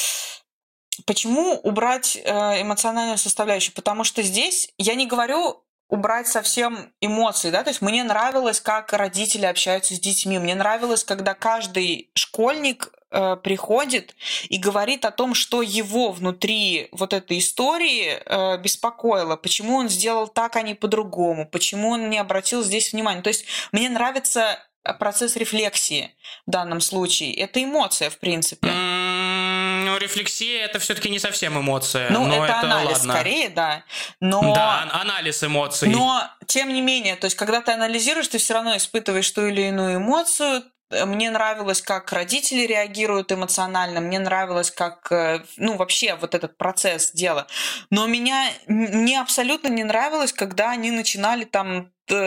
почему убрать э, эмоциональную составляющую? Потому что здесь я не говорю убрать совсем эмоции, да, то есть мне нравилось, как родители общаются с детьми, мне нравилось, когда каждый школьник э, приходит и говорит о том, что его внутри вот этой истории э, беспокоило, почему он сделал так, а не по-другому, почему он не обратил здесь внимания. То есть мне нравится процесс рефлексии в данном случае. Это эмоция, в принципе. М, Ну, рефлексия — это все-таки не совсем эмоция. Ну, но это, это анализ ладно. скорее, да. Но... Да, анализ эмоций. Но, тем не менее, то есть, когда ты анализируешь, ты все равно испытываешь ту или иную эмоцию. Мне нравилось, как родители реагируют эмоционально, мне нравилось, как, ну, вообще вот этот процесс дела. Но меня, мне абсолютно не нравилось, когда они начинали там...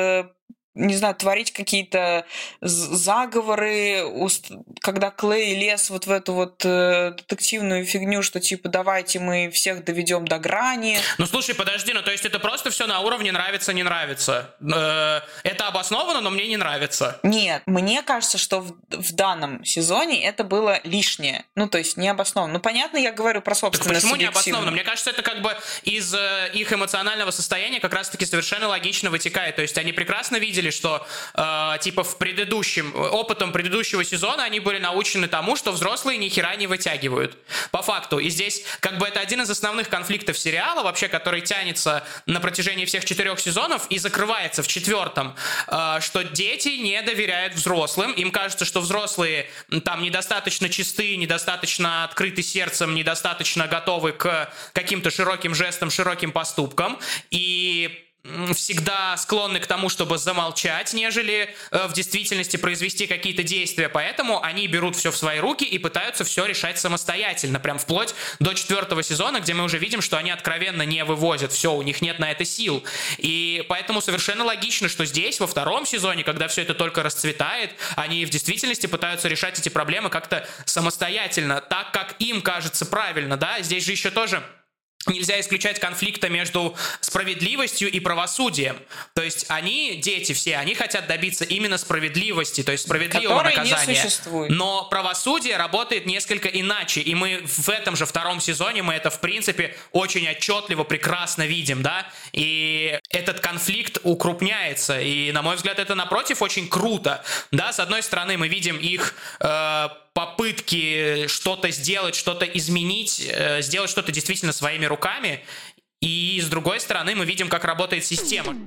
не знаю, творить какие-то заговоры, когда Клей лез вот в эту вот детективную фигню, что типа давайте мы всех доведем до грани. Ну слушай, подожди, ну то есть это просто все на уровне нравится, не нравится. Это обосновано, но мне не нравится. Нет, мне кажется, что в, в данном сезоне это было лишнее. Ну то есть не обосновано. Ну понятно, я говорю про собственное субъективное. Почему не субъективное. обосновано? Мне кажется, это как бы из их эмоционального состояния как раз-таки совершенно логично вытекает. То есть они прекрасно видели, что э, типа в предыдущем, опытом предыдущего сезона они были научены тому, что взрослые ни хера не вытягивают. По факту. И здесь как бы это один из основных конфликтов сериала, вообще, который тянется на протяжении всех четырех сезонов и закрывается в четвертом, э, что дети не доверяют взрослым. Им кажется, что взрослые там недостаточно чисты, недостаточно открыты сердцем, недостаточно готовы к каким-то широким жестам, широким поступкам. И всегда склонны к тому, чтобы замолчать, нежели э, в действительности произвести какие-то действия. Поэтому они берут все в свои руки и пытаются все решать самостоятельно. Прям вплоть до четвертого сезона, где мы уже видим, что они откровенно не вывозят. Все, у них нет на это сил. И поэтому совершенно логично, что здесь, во втором сезоне, когда все это только расцветает, они в действительности пытаются решать эти проблемы как-то самостоятельно, так, как им кажется правильно, да? Здесь же еще тоже... нельзя исключать конфликта между справедливостью и правосудием. То есть они, дети все, они хотят добиться именно справедливости, то есть справедливого Которой наказания. не существует. Но правосудие работает несколько иначе. И мы в этом же втором сезоне, мы это, в принципе, очень отчетливо, прекрасно видим, да? И этот конфликт укрупняется. И, на мой взгляд, это, напротив, очень круто. Да, с одной стороны, мы видим их... Э, попытки что-то сделать, что-то изменить, э, сделать что-то действительно своими руками. И с другой стороны, мы видим, как работает система.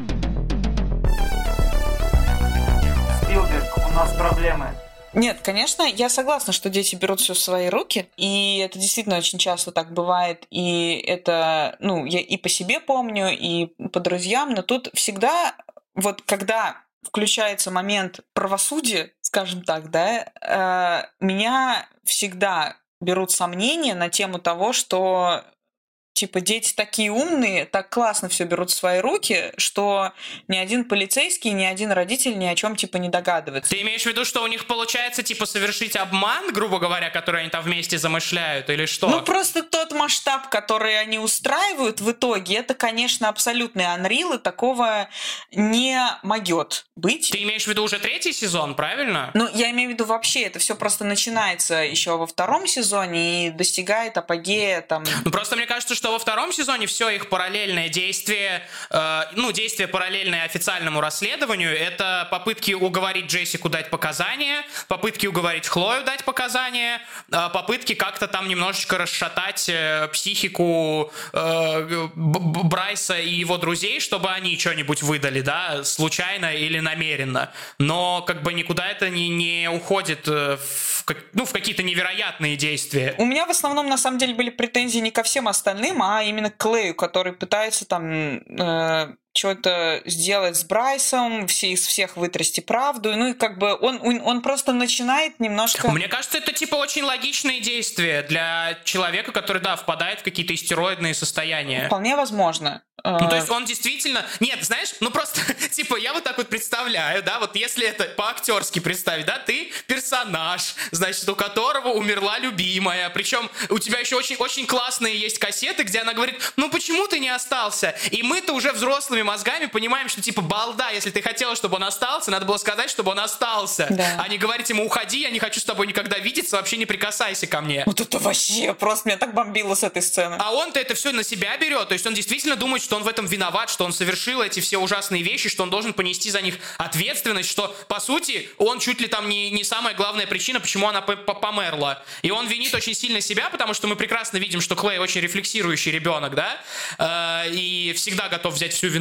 Спилберг, у нас проблемы. Нет, конечно, я согласна, что дети берут все в свои руки, и это действительно очень часто так бывает, и это, ну, я и по себе помню, и по друзьям, но тут всегда, вот когда включается момент правосудия, скажем так, да, э, меня всегда берут сомнения на тему того, что типа дети такие умные, так классно все берут в свои руки, что ни один полицейский, ни один родитель ни о чем типа не догадывается. Ты имеешь в виду, что у них получается типа совершить обман, грубо говоря, который они там вместе замышляют, или что? Ну просто тот масштаб, который они устраивают в итоге, это, конечно, абсолютный Unreal, и такого не могет быть. Ты имеешь в виду уже третий сезон, правильно? Ну, я имею в виду вообще, это все просто начинается еще во втором сезоне и достигает апогея там. Ну просто мне кажется, что во втором сезоне все их параллельное действие, э, ну, действие параллельное официальному расследованию, это попытки уговорить Джессику дать показания, попытки уговорить Хлою дать показания, э, попытки как-то там немножечко расшатать э, психику э, Брайса и его друзей, чтобы они что-нибудь выдали, да, случайно или намеренно. Но как бы никуда это не, не уходит э, в, ну, в какие-то невероятные действия. У меня в основном, на самом деле, были претензии не ко всем остальным, а именно к Клею, который пытается там э, что-то сделать с Брайсом, все, из всех вытрясти правду. Ну и как бы он, он, он просто начинает немножко... Мне кажется, это типа очень логичные действия для человека, который, да, впадает в какие-то истероидные состояния. Вполне возможно. Ну, то есть он действительно... Нет, знаешь, ну просто, типа, я вот так вот представляю, да, вот если это по-актерски представить, да, ты персонаж, значит, у которого умерла любимая, причем у тебя еще очень-очень классные есть кассеты, где она говорит, ну почему ты не остался? И мы-то уже взрослыми мозгами понимаем, что, типа, балда, если ты хотела, чтобы он остался, надо было сказать, чтобы он остался, да. А не говорить ему, уходи, я не хочу с тобой никогда видеться, вообще не прикасайся ко мне. Вот это вообще просто меня так бомбило с этой сцены. А он-то это все на себя берет, то есть он действительно думает, что он в этом виноват, что он совершил эти все ужасные вещи, что он должен понести за них ответственность, что, по сути, он чуть ли там не, не самая главная причина, почему она померла. И он винит очень сильно себя, потому что мы прекрасно видим, что Клей очень рефлексирующий ребенок, да, э, и всегда готов взять всю вину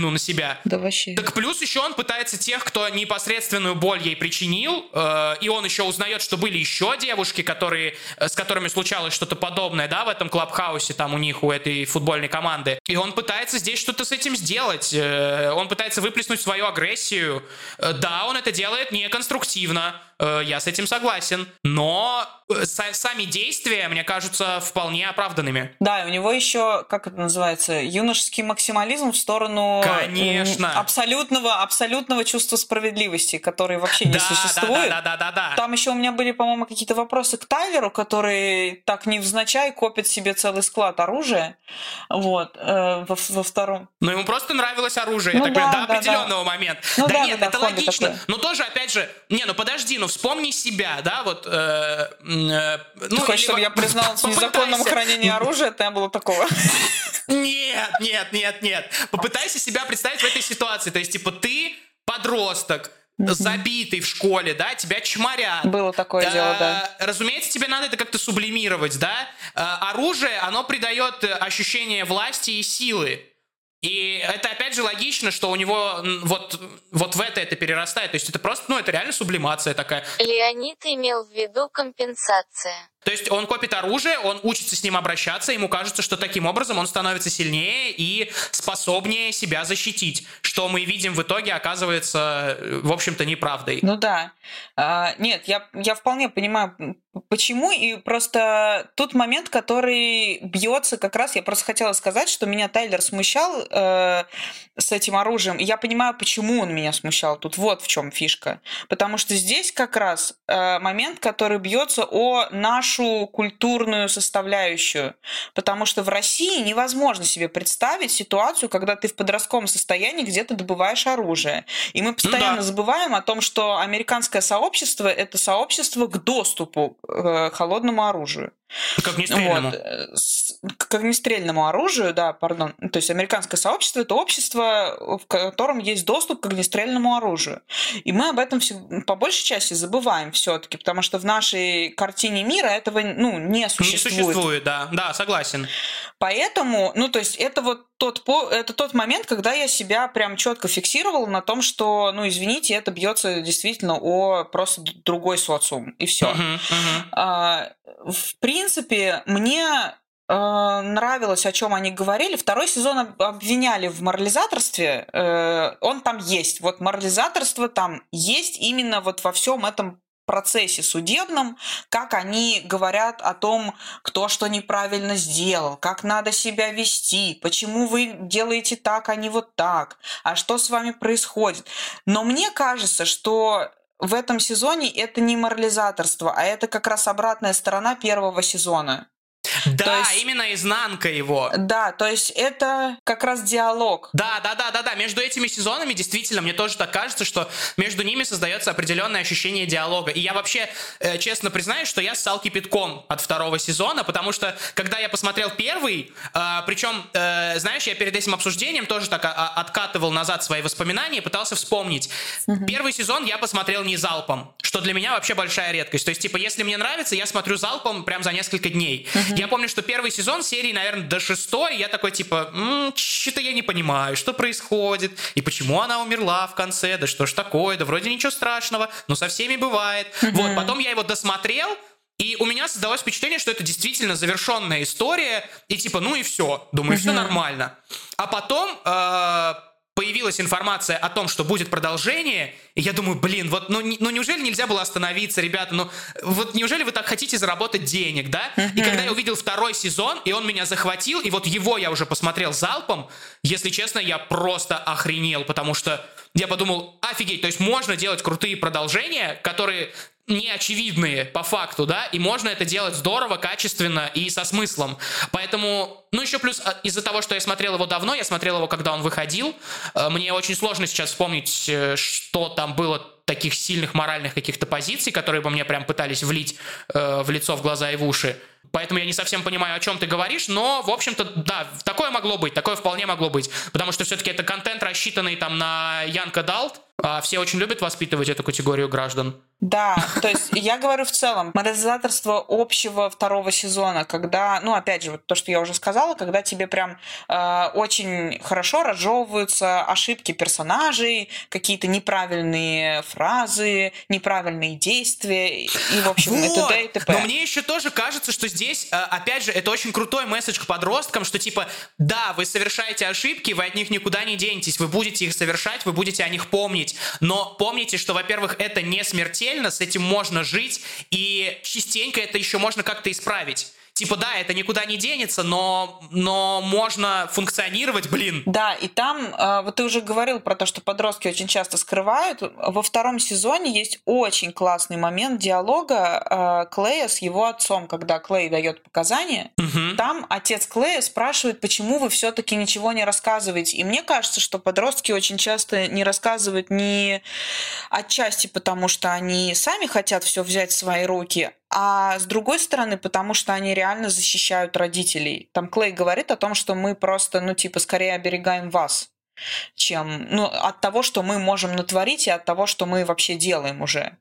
на себя. Да вообще. Так плюс еще он пытается тех, кто непосредственную боль ей причинил, э, и он еще узнает, что были еще девушки, которые, с которыми случалось что-то подобное, да, в этом клабхаусе, там у них, у этой футбольной команды. И он пытается здесь что-то с этим сделать. Э, он пытается выплеснуть свою агрессию. Э, да, он это делает неконструктивно. Э, я с этим согласен. Но э, са- сами действия, мне кажутся, вполне оправданными. Да, и у него еще, как это называется, юношеский максимализм в сторону Конечно. м, абсолютного, абсолютного чувства справедливости, который вообще не Да, существует. да, да, да, да, да. Там еще у меня были, по-моему, какие-то вопросы к Тайлеру, который так невзначай копит себе целый склад оружия. Вот, э, во, во втором. Но ему просто нравилось оружие, Ну я так да, понимаю, до да, определенного момента. Ну да, да, нет, да, это да, хобби логично. такое. Но тоже, опять же, не, ну подожди, ну вспомни себя, да, вот. Э, э, ну, Ты хочешь, или чтобы вот я призналась в незаконном попытайся. хранении оружия? Это не было такого. Нет, нет, нет, нет. Попытайся себя представить в этой ситуации. То есть, типа, ты подросток, забитый в школе, да, тебя чморят. Было такое Э, дело, да. Разумеется, тебе надо это как-то сублимировать, да. Э, Оружие, оно придает ощущение власти и силы. И это, опять же, логично, что у него м, вот, вот в это это перерастает. То есть это просто, ну, это реально сублимация такая. Леонид имел в виду компенсация. То есть он копит оружие, он учится с ним обращаться, ему кажется, что таким образом он становится сильнее и способнее себя защитить, что мы видим в итоге оказывается, в общем-то, неправдой. Ну да. А, нет, я, я вполне понимаю, почему, и просто тот момент, который бьется как раз, я просто хотела сказать, что меня Тайлер смущал э, с этим оружием, и я понимаю, почему он меня смущал. Тут вот в чем фишка. Потому что здесь как раз э, момент, который бьется о нашу культурную составляющую. Потому что в России невозможно себе представить ситуацию, когда ты в подростковом состоянии где-то добываешь оружие. И мы постоянно Ну да. забываем о том, что американское сообщество — это сообщество к доступу к холодному оружию. Как нестрельному. Вот. э, с- К огнестрельному оружию, да, пардон. То есть американское сообщество — это общество, в котором есть доступ к огнестрельному оружию. И мы об этом всё- по большей части забываем все-таки, потому что в нашей картине мира этого, ну, не Не существует. существует, да. Да, согласен. Поэтому, ну, то есть это вот тот, по- это тот момент, когда я себя прям четко фиксировала на том, что, ну, извините, это бьется действительно о просто д- другой социум, и все. Мгм, мгм. А, В принципе, мне э, нравилось, о чем они говорили. Второй сезон об- обвиняли в морализаторстве. Э, Он там есть. Вот морализаторство там есть именно вот во всем этом процессе судебном, как они говорят о том, кто что неправильно сделал, как надо себя вести, почему вы делаете так, а не вот так, а что с вами происходит. Но мне кажется, что в этом сезоне это не морализаторство, а это как раз обратная сторона первого сезона. Да, есть- именно изнанка его. Да, то есть это как раз диалог. Да, да, да, да, да. Между этими сезонами действительно, мне тоже так кажется, что между ними создается определенное ощущение диалога. И я вообще э, честно признаюсь, что я ссал кипятком от второго сезона, потому что когда я посмотрел первый, э, причем, э, знаешь, я перед этим обсуждением тоже так а, а, откатывал назад свои воспоминания и пытался вспомнить. Первый сезон я посмотрел не залпом, что для меня вообще большая редкость. То есть, типа, если мне нравится, я смотрю залпом прям за несколько дней. Я помню, что первый сезон серии, наверное, до шестой, я такой, типа, м, что-то я не понимаю, что происходит, и почему она умерла в конце, да что ж такое, да вроде ничего страшного, но со всеми бывает. Вот, потом я его досмотрел, и у меня создалось впечатление, что это действительно завершенная история, и типа, ну и все, думаю, все нормально. А потом э, появилась информация о том, что будет продолжение, и я думаю, блин, вот, ну, не- ну неужели нельзя было остановиться, ребята, ну вот неужели вы так хотите заработать денег, да? И когда я увидел второй сезон, и он меня захватил, и вот его я уже посмотрел залпом, если честно, я просто охренел, потому что я подумал, офигеть, то есть можно делать крутые продолжения, которые неочевидные по факту, да, и можно это делать здорово, качественно и со смыслом. Поэтому, ну еще плюс а, из-за того, что я смотрел его давно, я смотрел его, когда он выходил, э, мне очень сложно сейчас вспомнить, э, что там было таких сильных моральных каких-то позиций, которые бы мне прям пытались влить э, в лицо, в глаза и в уши. Поэтому я не совсем понимаю, о чем ты говоришь, но, в общем-то, да, такое могло быть, такое вполне могло быть. Потому что все-таки это контент, рассчитанный там на Young Adult, а все очень любят воспитывать эту категорию граждан. Да, то есть я говорю в целом, морализаторство общего второго сезона, когда, ну, опять же, вот то, что я уже сказала, когда тебе прям э, очень хорошо разжевываются ошибки персонажей, какие-то неправильные фразы, неправильные действия, и, в общем, Вот. и т.д. и т.п. Но мне еще тоже кажется, что здесь, э, опять же, это очень крутой месседж к подросткам, что типа, да, вы совершаете ошибки, вы от них никуда не денетесь, вы будете их совершать, вы будете о них помнить, но помните, что, во-первых, это не смертельно, с этим можно жить, и частенько это еще можно как-то исправить. Типа, да, это никуда не денется, но, но можно функционировать, блин. Да, и там, э, вот ты уже говорил про то, что подростки очень часто скрывают. Во втором сезоне есть очень классный момент диалога э, Клея с его отцом, когда Клей дает показания. Угу. Там отец Клея спрашивает, почему вы все-таки ничего не рассказываете. И мне кажется, что подростки очень часто не рассказывают не отчасти потому, что они сами хотят все взять в свои руки, а с другой стороны, потому что они реально защищают родителей. Там Клей говорит о том, что мы просто, ну, типа, скорее оберегаем вас, чем, ну, от того, что мы можем натворить, и от того, что мы вообще делаем уже.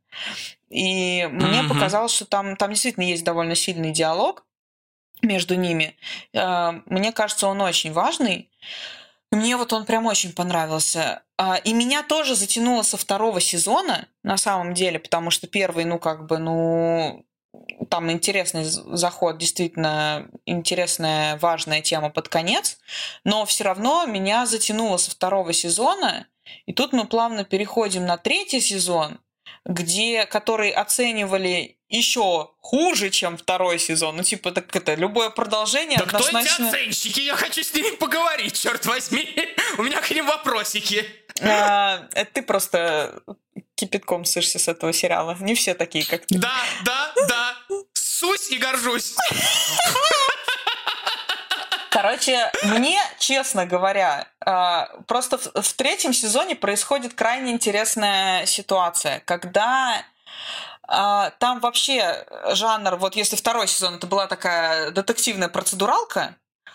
И мне Мгм. показалось, что там, там действительно есть довольно сильный диалог между ними. Э, Мне кажется, он очень важный. Мне вот он прям очень понравился. А, И меня тоже затянуло со второго сезона, на самом деле, потому что первый, ну, как бы, ну, там интересный з- заход, действительно интересная, важная тема под конец, но все равно меня затянуло со второго сезона, и тут мы плавно переходим на третий сезон, где, который оценивали еще хуже, чем второй сезон. Ну, типа, так это, любое продолжение Да кто эти однозначно... оценщики? Я хочу с ними поговорить, черт возьми. У меня к ним вопросики. А, Это ты просто кипятком сышься с этого сериала. Не все такие, как ты. Да, да, да. Ссусь и горжусь. Короче, мне, честно говоря, а, просто в, в третьем сезоне происходит крайне интересная ситуация, когда а, там вообще жанр, вот если второй сезон это была такая детективная процедуралка,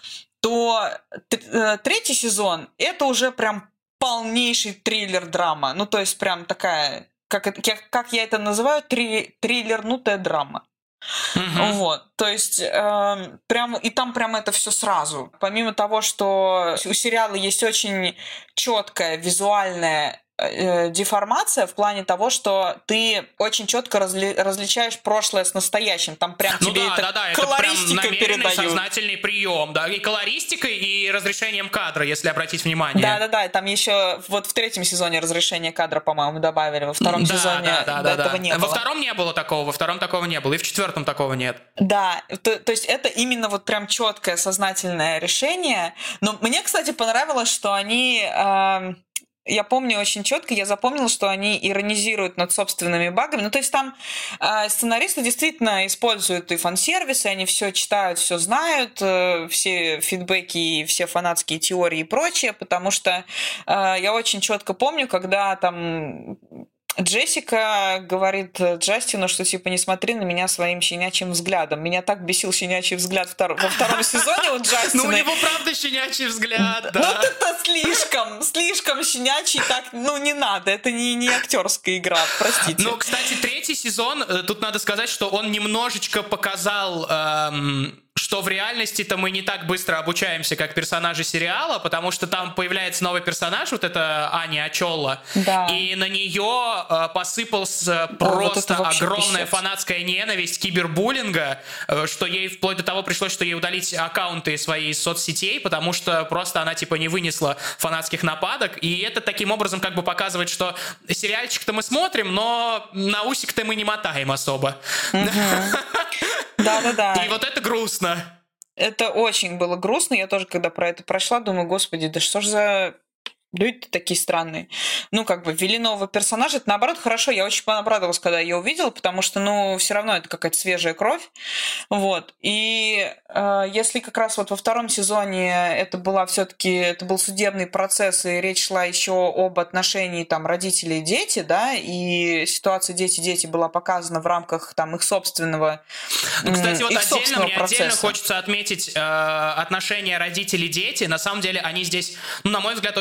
то т- э, третий сезон это уже прям полнейший триллер-драма. Ну, то есть прям такая, как, это- как, как я это называю, три, триллернутая драма. Мгм. Вот, то есть эм, прям и там прям это все сразу. Помимо того, что у сериала есть очень четкая визуальная э, деформация в плане того, что ты очень четко разли- различаешь прошлое с настоящим. Там прям Ну тебе да, это да, да, это прям колористикой намеренный передают. сознательный прием, да, и колористикой, и разрешением кадра, если обратить внимание. Да, да, да. И там еще вот в третьем сезоне разрешение кадра, по-моему, добавили. Во втором Да, сезоне да, да, до да, этого да. не Во было. втором не было такого, во втором такого не было, и в четвертом такого нет. Да, то, то есть это именно вот прям четкое сознательное решение. Но мне, кстати, понравилось, что они... эм, я помню очень четко, я запомнила, что они иронизируют над собственными багами. Ну, то есть там э, сценаристы действительно используют и фан-сервисы, они все читают, все знают, э, все фидбэки, и все фанатские теории и прочее, потому что э, я очень четко помню, когда там Джессика говорит Джастину, что типа не смотри на меня своим щенячьим взглядом. Меня так бесил щенячий взгляд втор- во втором сезоне у Джастина. Ну, у него правда щенячий взгляд, Ну, да. это слишком, слишком щенячий, так, ну, не надо, это не, не актерская игра, простите. Ну, кстати, третий сезон, э, тут надо сказать, что он немножечко показал, эм, что в реальности-то мы не так быстро обучаемся, как персонажи сериала, потому что там появляется новый персонаж, вот это Аня Ачолла, Да. и на нее э, посыпался Ой, вот просто это вообще огромная писец. фанатская ненависть, кибербуллинга, э, что ей вплоть до того пришлось, что ей удалить аккаунты своей из соцсетей, потому что просто она типа не вынесла фанатских нападок, и это таким образом как бы показывает, что сериальчик-то мы смотрим, но на усик-то мы не мотаем особо. Да-да-да. И вот это грустно. Это очень было грустно. Я тоже, когда про это прошла, думаю, господи, да что ж за люди такие странные. Ну, как бы, ввели нового персонажа. Это, наоборот, хорошо. Я очень обрадовалась, когда я ее увидела, потому что, ну, все равно это какая-то свежая кровь. Вот. И э, если как раз вот во втором сезоне это была все-таки, это был судебный процесс, и речь шла еще об отношении там родителей и дети, да, и ситуация дети-дети была показана в рамках там их собственного Ну, кстати, вот их отдельно, собственного мне отдельно процесса. хочется отметить э, отношения родителей-дети. На самом деле, они здесь, ну, на мой взгляд, очень классные,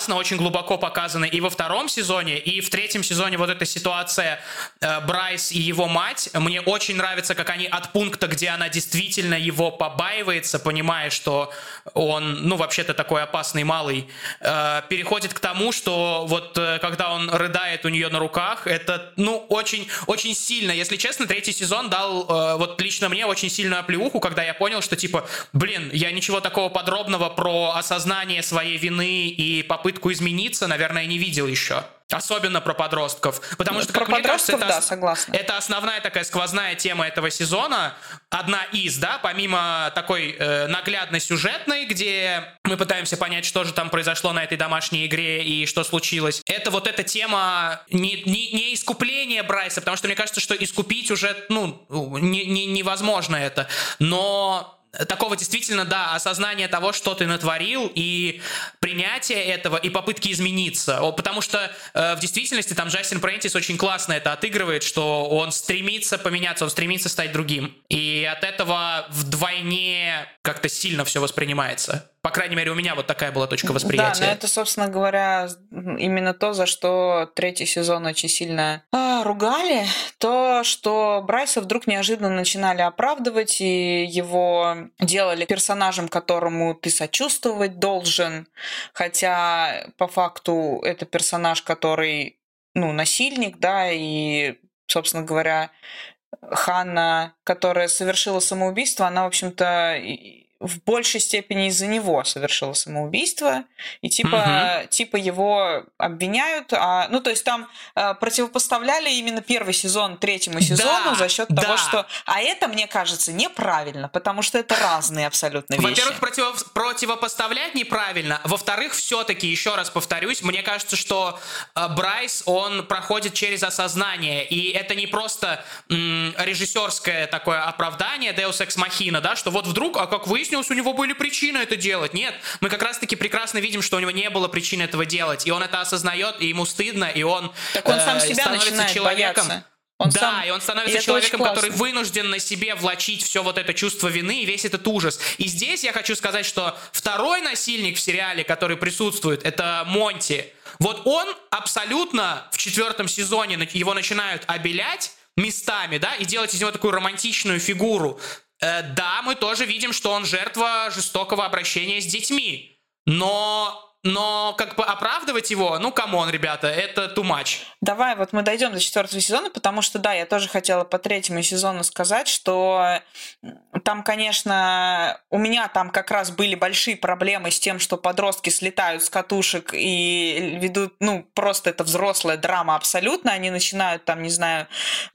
классно, очень глубоко показаны и во втором сезоне, и в третьем сезоне вот эта ситуация э, Брайс и его мать. Мне очень нравится, как они от пункта, где она действительно его побаивается, понимая, что он, ну, вообще-то такой опасный малый, э, переходит к тому, что вот э, когда он рыдает у нее на руках, это, ну, очень, очень сильно. Если честно, третий сезон дал э, вот лично мне очень сильную оплеуху, когда я понял, что, типа, блин, я ничего такого подробного про осознание своей вины и попытку измениться, наверное, не видел еще. Особенно про подростков. Потому что, как про мне кажется, это, да, согласна. это основная такая сквозная тема этого сезона. Одна из, да, помимо такой э, наглядной сюжетной, где мы пытаемся понять, что же там произошло на этой домашней игре и что случилось. Это вот эта тема не, не, не искупления Брайса, потому что мне кажется, что искупить уже, ну, не, не, невозможно это. Но... такого действительно, да, осознание того, что ты натворил, и принятие этого, и попытки измениться. Потому что э, в действительности там Джастин Прентис очень классно это отыгрывает, что он стремится поменяться, он стремится стать другим. И от этого вдвойне как-то сильно все воспринимается. По крайней мере, у меня вот такая была точка восприятия. Да, но это, собственно говоря, именно то, за что третий сезон очень сильно а, ругали. То, что Брайса вдруг неожиданно начинали оправдывать, и его делали персонажем, которому ты сочувствовать должен. Хотя, по факту, это персонаж, который, ну, насильник, да, и, собственно говоря, Ханна, которая совершила самоубийство, она, в общем-то, в большей степени из-за него совершила самоубийство, и типа, угу. типа его обвиняют. А, ну, то есть там а, противопоставляли именно первый сезон третьему сезону да, за счет да. того, что... А это, мне кажется, неправильно, потому что это разные абсолютно вещи. Во-первых, против... противопоставлять неправильно. Во-вторых, все-таки, еще раз повторюсь, мне кажется, что э, Брайс, он проходит через осознание, и это не просто м- режиссерское такое оправдание, Deus Ex Machina, да, что вот вдруг, а как выяснилось, у него были причины это делать. Нет, мы как раз-таки прекрасно видим, что у него не было причин этого делать, и он это осознает, и ему стыдно, и он, так он сам э, себя становится человеком. Бояться. Он да, сам... и он становится и человеком, который вынужден на себе влачить все вот это чувство вины и весь этот ужас. И здесь я хочу сказать, что второй насильник в сериале, который присутствует, это Монти. Вот он абсолютно в четвертом сезоне его начинают обелять местами, да, и делать из него такую романтичную фигуру. Э, да, мы тоже видим, что он жертва жестокого обращения с детьми. Но... Но как бы оправдывать его, ну, камон, ребята, это too much. Давай, вот мы дойдем до четвертого сезона, потому что, да, я тоже хотела по третьему сезону сказать, что там, конечно, у меня там как раз были большие проблемы с тем, что подростки слетают с катушек и ведут, ну, просто это взрослая драма абсолютно, они начинают там, не знаю,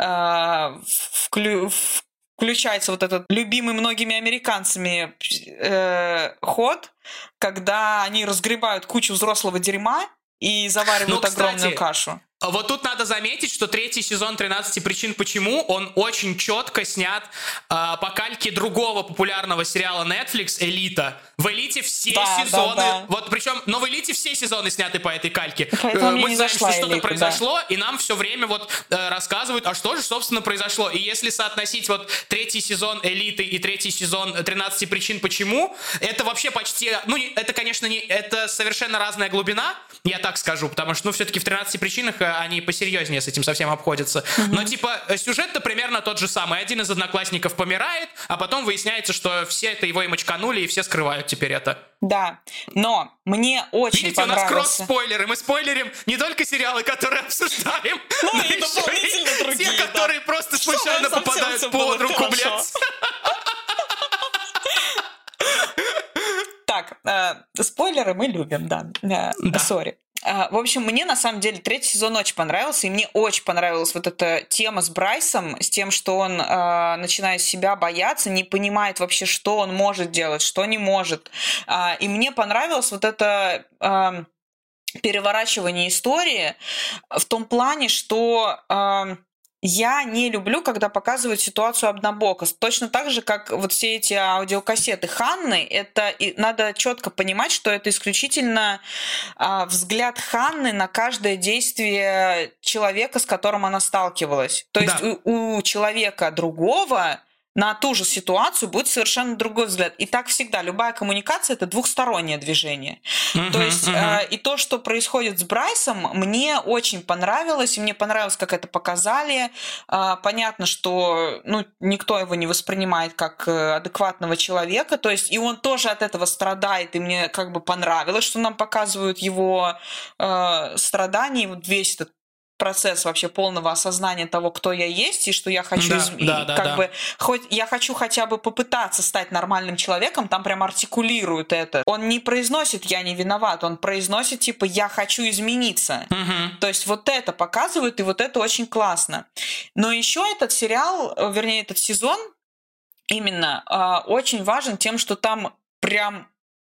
вклю... включается вот этот любимый многими американцами э, ход, когда они разгребают кучу взрослого дерьма и заваривают ну, кстати, огромную кашу. Вот тут надо заметить, что третий сезон тринадцати причин почему, он очень четко снят э, по кальке другого популярного сериала Netflix «Элита». В «Элите» все да, сезоны, да, да. вот причем, но в «Элите» все сезоны сняты по этой кальке. Поэтому Мы знаем, что что-то элита, произошло, да. и нам все время вот э, рассказывают, а что же, собственно, произошло. И если соотносить вот третий сезон «Элиты» и третий сезон тринадцати причин почему, это вообще почти, ну, это, конечно, не, это совершенно разная глубина, я так скажу, потому что, ну, все-таки в тринадцати причинах они посерьезнее с этим совсем обходятся. Mm-hmm. Но, типа, сюжет-то примерно тот же самый. Один из одноклассников помирает, а потом выясняется, что все это его и мочканули, и все скрывают теперь это. Да, но мне очень Видите, понравился... у нас кросс-спойлеры. Мы спойлерим не только сериалы, которые обсуждаем, ну, но и еще и другие, те, да. которые просто случайно попадают под руку, блядь. Так, э, спойлеры мы любим, да. Сори. Э, В общем, мне на самом деле третий сезон очень понравился, и мне очень понравилась вот эта тема с Брайсом, с тем, что он э, начинает себя бояться, не понимает вообще, что он может делать, что не может. Э, и мне понравилось вот это э, переворачивание истории в том плане, что... Э, Я не люблю, когда показывают ситуацию однобоко. Точно так же, как вот все эти аудиокассеты Ханны, это и надо четко понимать, что это исключительно а, взгляд Ханны на каждое действие человека, с которым она сталкивалась. То есть да. у, у человека другого на ту же ситуацию будет совершенно другой взгляд. И так всегда. Любая коммуникация — это двухстороннее движение. Uh-huh, то есть uh-huh. э, и то, что происходит с Брайсом, мне очень понравилось. И мне понравилось, как это показали. Э, понятно, что ну, никто его не воспринимает как адекватного человека. То есть и он тоже от этого страдает. И мне как бы понравилось, что нам показывают его э, страдания. И вот весь этот процесс вообще полного осознания того, кто я есть, и что я хочу да, изменить. Да, да, как да. бы, хоть я хочу хотя бы попытаться стать нормальным человеком, там прям артикулируют это. Он не произносит «я не виноват», он произносит типа «я хочу измениться». Угу. То есть вот это показывают, и вот это очень классно. Но еще этот сериал, вернее, этот сезон именно очень важен тем, что там прям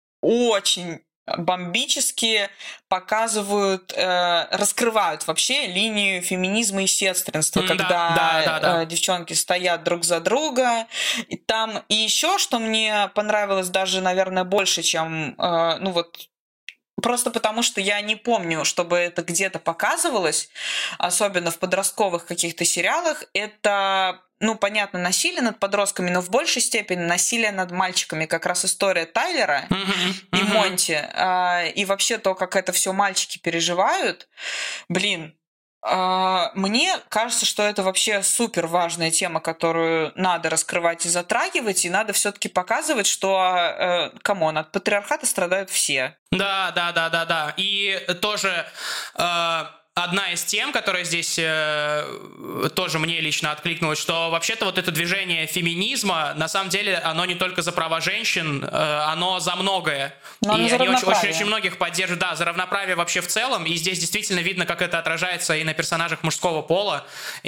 очень бомбически показывают, э, раскрывают вообще линию феминизма и сестринства, mm, когда да, да, да, э, девчонки стоят друг за друга. И там и еще, что мне понравилось даже, наверное, больше, чем, э, ну вот, просто потому что я не помню, чтобы это где-то показывалось, особенно в подростковых каких-то сериалах, это... Ну, понятно, насилие над подростками, но в большей степени насилие над мальчиками. Как раз история Тайлера uh-huh, и uh-huh. Монти. А, и вообще то, как это все мальчики переживают. Блин, а, мне кажется, что это вообще супер важная тема, которую надо раскрывать и затрагивать. И надо все-таки показывать, что, камон, от патриархата страдают все. Да, да, да, да, да. И тоже... Э... Одна из тем, которая здесь э, тоже мне лично откликнулась, что вообще-то вот это движение феминизма, на самом деле, оно не только за права женщин, э, оно за многое. Но и за они очень, очень, очень многих поддерживают. Да, за равноправие вообще в целом. И здесь действительно видно, как это отражается и на персонажах мужского пола.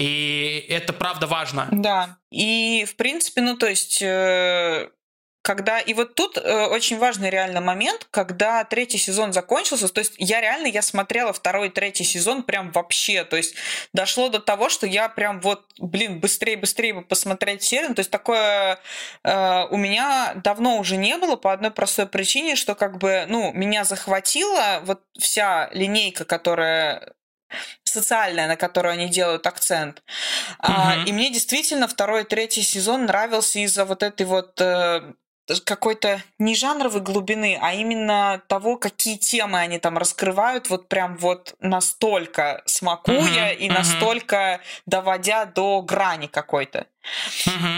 И это правда важно. Да. И, в принципе, ну, то есть... Э... Когда... И вот тут э, очень важный реально момент, когда третий сезон закончился, то есть я реально, я смотрела второй и третий сезон прям вообще, то есть дошло до того, что я прям вот, блин, быстрее-быстрее бы посмотреть серию, то есть такое э, у меня давно уже не было по одной простой причине, что как бы, ну, меня захватила вот вся линейка, которая... социальная, на которую они делают акцент. Uh-huh. А, и мне действительно второй и третий сезон нравился из-за вот этой вот... Э, какой-то не жанровой глубины, а именно того, какие темы они там раскрывают, вот прям вот настолько смакуя uh-huh, и uh-huh. настолько доводя до грани какой-то. Uh-huh.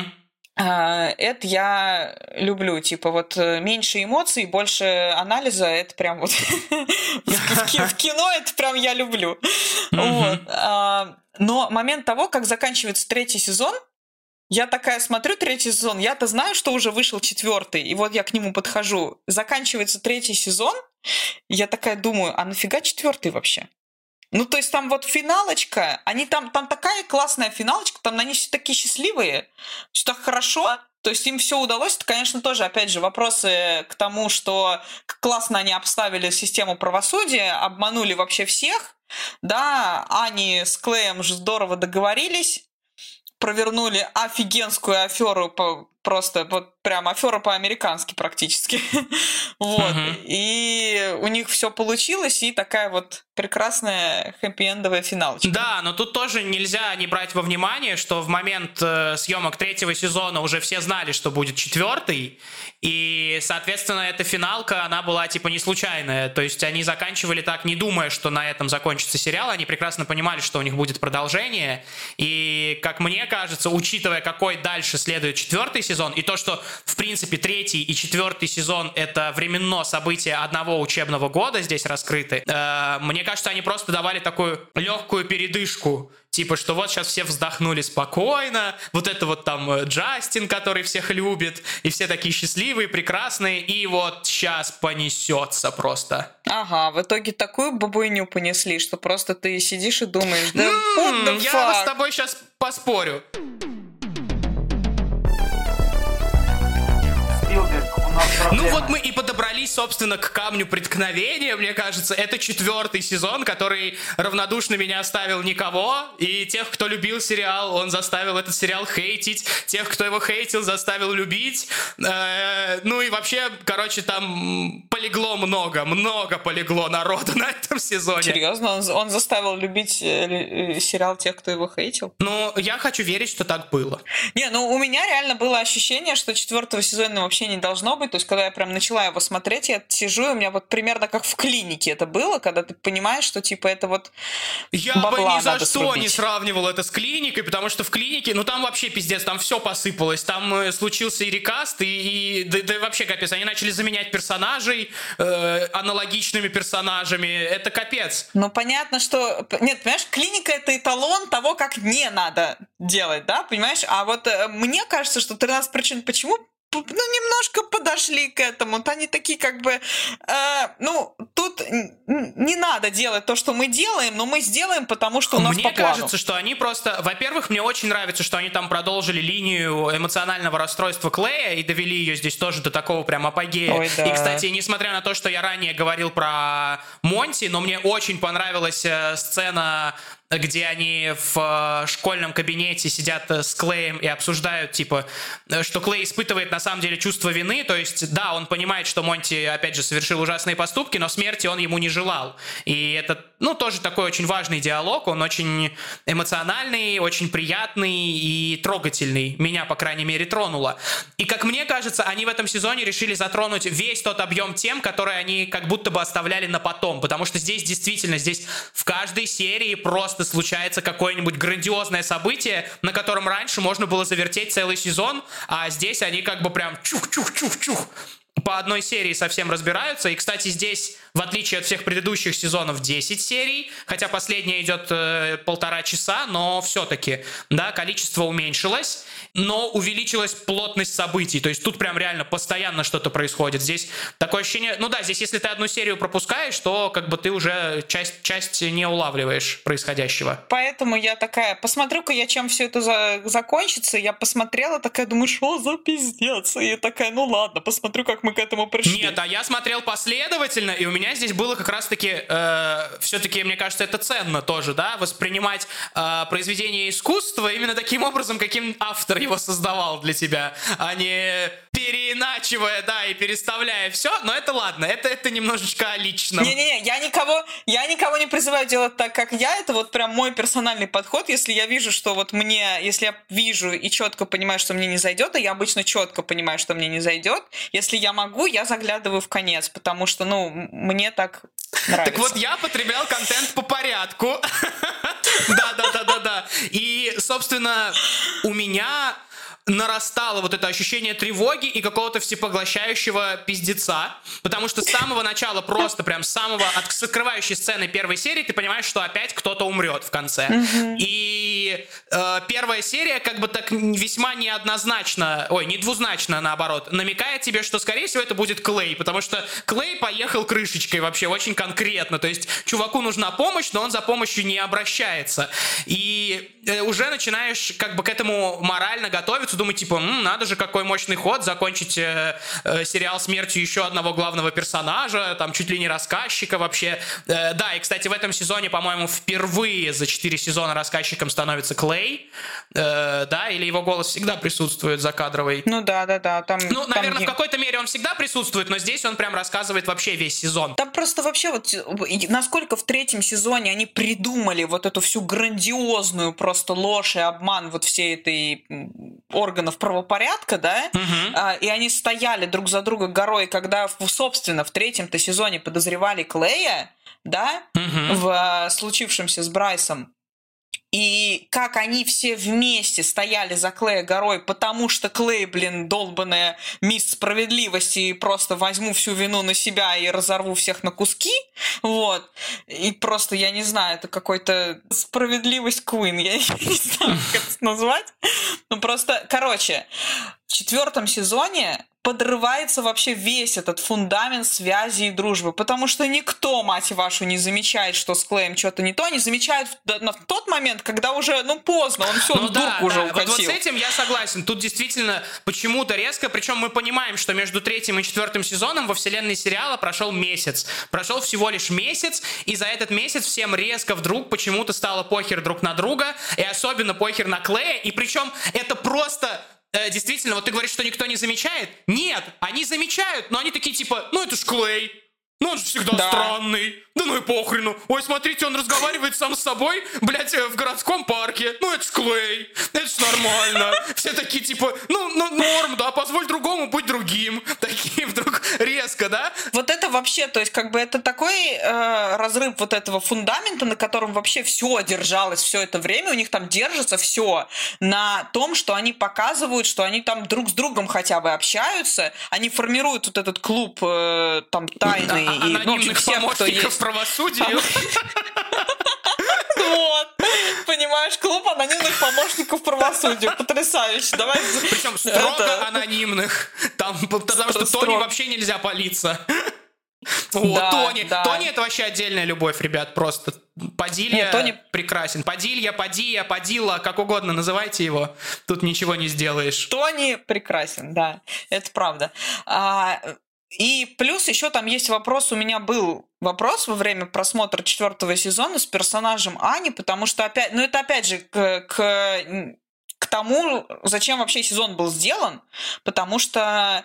Это я люблю. Типа вот меньше эмоций, больше анализа. Это прям вот в кино это прям я люблю. Но момент того, как заканчивается третий сезон, я такая смотрю третий сезон, я-то знаю, что уже вышел четвертый, и вот я к нему подхожу. Заканчивается третий сезон, я такая думаю, а нафига четвертый вообще? Ну, то есть там вот финалочка, они там, там такая классная финалочка, там они все такие счастливые, что так хорошо, то есть им все удалось. Это, конечно, тоже, опять же, вопросы к тому, что классно они обставили систему правосудия, обманули вообще всех, да, Ани с Клеем же здорово договорились, провернули офигенскую аферу, по, просто вот прям афера по-американски практически. Вот. Uh-huh. И у них все получилось, и такая вот прекрасная хэппи-эндовая финалочка. Да, но тут тоже нельзя не брать во внимание, что в момент э, съемок третьего сезона уже все знали, что будет четвертый, и, соответственно, эта финалка, она была типа не случайная, то есть они заканчивали так, не думая, что на этом закончится сериал, они прекрасно понимали, что у них будет продолжение, и, как мне кажется, учитывая, какой дальше следует четвертый сезон, и то, что, в принципе, третий и четвертый сезон — это временно события одного учебного года здесь раскрыты, э, мне кажется, они просто давали такую легкую передышку, типа, что вот сейчас все вздохнули спокойно, вот это вот там Джастин, который всех любит, и все такие счастливые, прекрасные, и вот сейчас понесется просто. Ага, в итоге такую бабуйню понесли, что просто ты сидишь и думаешь, да what the fuck? Я с тобой сейчас поспорю. Ну вот мы и подобрались, собственно, к камню преткновения, мне кажется. Это четвертый сезон, который равнодушно меня оставил никого. И тех, кто любил сериал, он заставил этот сериал хейтить. Тех, кто его хейтил, заставил любить. Э-э- ну и вообще, короче, там полегло много, много полегло народу на этом сезоне. Серьезно? Он, он заставил любить э, сериал тех, кто его хейтил? Ну, я хочу верить, что так было. Не, ну у меня реально было ощущение, что четвертого сезона вообще не должно быть. То есть, когда я прям начала его смотреть, я сижу, и у меня вот примерно как в клинике это было, когда ты понимаешь, что типа это вот Я бы ни за что срубить. не сравнивал это с клиникой, потому что в клинике, ну там вообще пиздец, там все посыпалось. Там э, случился и рекаст, и, и да, да вообще капец. Они начали заменять персонажей э, аналогичными персонажами. Это капец. Ну понятно, что... Нет, понимаешь, клиника — это эталон того, как не надо делать, да, понимаешь? А вот э, мне кажется, что тринадцать причин почему... ну, немножко подошли к этому. Вот они такие как бы... Э, ну, тут не надо делать то, что мы делаем, но мы сделаем, потому что у нас мне по плану. Мне кажется, что они просто... Во-первых, мне очень нравится, что они там продолжили линию эмоционального расстройства Клея и довели ее здесь тоже до такого прям апогея. Ой, да. И, кстати, несмотря на то, что я ранее говорил про Монти, но мне очень понравилась э, сцена... где они в школьном кабинете сидят с Клеем и обсуждают, типа, что Клей испытывает на самом деле чувство вины, то есть, да, он понимает, что Монти, опять же, совершил ужасные поступки, но смерти он ему не желал. И это, ну, тоже такой очень важный диалог, он очень эмоциональный, очень приятный и трогательный. Меня, по крайней мере, тронуло. И, как мне кажется, они в этом сезоне решили затронуть весь тот объем тем, которые они как будто бы оставляли на потом, потому что здесь действительно, здесь в каждой серии просто случается какое-нибудь грандиозное событие, на котором раньше можно было завертеть целый сезон, а здесь они как бы прям чух-чух-чух-чух по одной серии совсем разбираются. И, кстати, здесь, в отличие от всех предыдущих сезонов, десять серий, хотя последняя идет э, полтора часа, но все-таки, да, количество уменьшилось, но увеличилась плотность событий. То есть тут прям реально постоянно что-то происходит. Здесь такое ощущение... Ну да, здесь если ты одну серию пропускаешь, то как бы ты уже часть, часть не улавливаешь происходящего. Поэтому я такая, посмотрю-ка я, чем все это за- закончится. Я посмотрела, такая, думаю, что за пиздец? И я такая, ну ладно, посмотрю, как мы к этому пришли. Нет, а я смотрел последовательно, и у меня здесь было как раз-таки... Э, все-таки, мне кажется, это ценно тоже, да, воспринимать э, произведение искусства именно таким образом, каким автор его создавал для тебя, а не переиначивая, да, и переставляя все, но это ладно, это, это немножечко о личном. Не-не-не, я никого, я никого не призываю делать так, как я, это вот прям мой персональный подход, если я вижу, что вот мне, если я вижу и четко понимаю, что мне не зайдет, и я обычно четко понимаю, что мне не зайдет, если я могу, я заглядываю в конец, потому что, ну, мне так нравится. Так вот, я потреблял контент по порядку. Да-да-да-да-да. И, собственно, у меня нарастало вот это ощущение тревоги и какого-то всепоглощающего пиздеца, потому что с самого начала, просто прям с самого, от с открывающей сцены первой серии ты понимаешь, что опять кто-то умрет в конце. Mm-hmm. И э, первая серия как бы так весьма неоднозначно, ой, не двузначно, наоборот, намекает тебе, что, скорее всего, это будет Клей, потому что Клей поехал крышечкой вообще очень конкретно, то есть чуваку нужна помощь, но он за помощью не обращается. И э, уже начинаешь как бы к этому морально готовиться, думать, типа, М, надо же, какой мощный ход, закончить э, э, сериал смертью еще одного главного персонажа, там чуть ли не рассказчика вообще. Э, да, и, кстати, в этом сезоне, по-моему, впервые за четыре сезона рассказчиком становится Клей, э, да, или его голос всегда присутствует закадровый. Ну да, да, да. Там, ну, там наверное, не... в какой-то мере он всегда присутствует, но здесь он прям рассказывает вообще весь сезон. Там просто вообще вот насколько в третьем сезоне они придумали вот эту всю грандиозную просто ложь и обман вот всей этой органов правопорядка, да, Угу. а, и они стояли друг за друга горой, когда, собственно, в третьем-то сезоне подозревали Клея, да, Угу. в а, случившемся с Брайсом. И как они все вместе стояли за Клея горой, потому что Клей, блин, долбаная мисс справедливости, и просто возьму всю вину на себя и разорву всех на куски, вот. И просто, я не знаю, это какой-то справедливость Куин, я не знаю, как это назвать. Ну просто, короче, в четвертом сезоне подрывается вообще весь этот фундамент связи и дружбы, потому что никто, мать вашу, не замечает, что с Клеем что-то не то, они замечают в, на, в тот момент, когда уже, ну, поздно, он все, Ну он в да, дурку уже да. Вот, укатил. вот с этим я согласен. Тут действительно почему-то резко, причем мы понимаем, что между третьим и четвертым сезоном во вселенной сериала прошел месяц. Прошел всего лишь месяц, и за этот месяц всем резко вдруг почему-то стало похер друг на друга, и особенно похер на Клея, и причем это просто... э, действительно, вот ты говоришь, что никто не замечает. Нет, они замечают, но они такие типа, ну это ж Клей. Ну он же всегда Да. странный. Да ну и похрену. Ой, смотрите, он разговаривает сам с собой, блядь, э, в городском парке. Ну это ж Клей. Это ж нормально. Все такие типа, ну, ну норм, да, позволь другому быть другим. Такие вдруг резко, да? Вот это вообще, то есть как бы это такой э, разрыв вот этого фундамента, на котором вообще все держалось все это время, у них там держится все на том, что они показывают, что они там друг с другом хотя бы общаются, они формируют вот этот клуб э, там тайный, А- и, ну, в общем, анонимных всех, кто помощников есть. правосудию. Вот, понимаешь, клуб анонимных помощников правосудию, потрясающе, давай. Причем строго это- анонимных. Там, потому что Строго. Тони вообще нельзя палиться. О, Да, Тони. да. Тони это вообще отдельная любовь, ребят, просто. Падилья Нет, Тони- прекрасен. Падилья, Падия, Падила, как угодно называйте его. Тут ничего не сделаешь. Тони прекрасен, да, это правда. А, и плюс еще там есть вопрос, у меня был вопрос во время просмотра четвертого сезона с персонажем Ани, потому что опять, ну это опять же к, к, к тому, зачем вообще сезон был сделан, потому что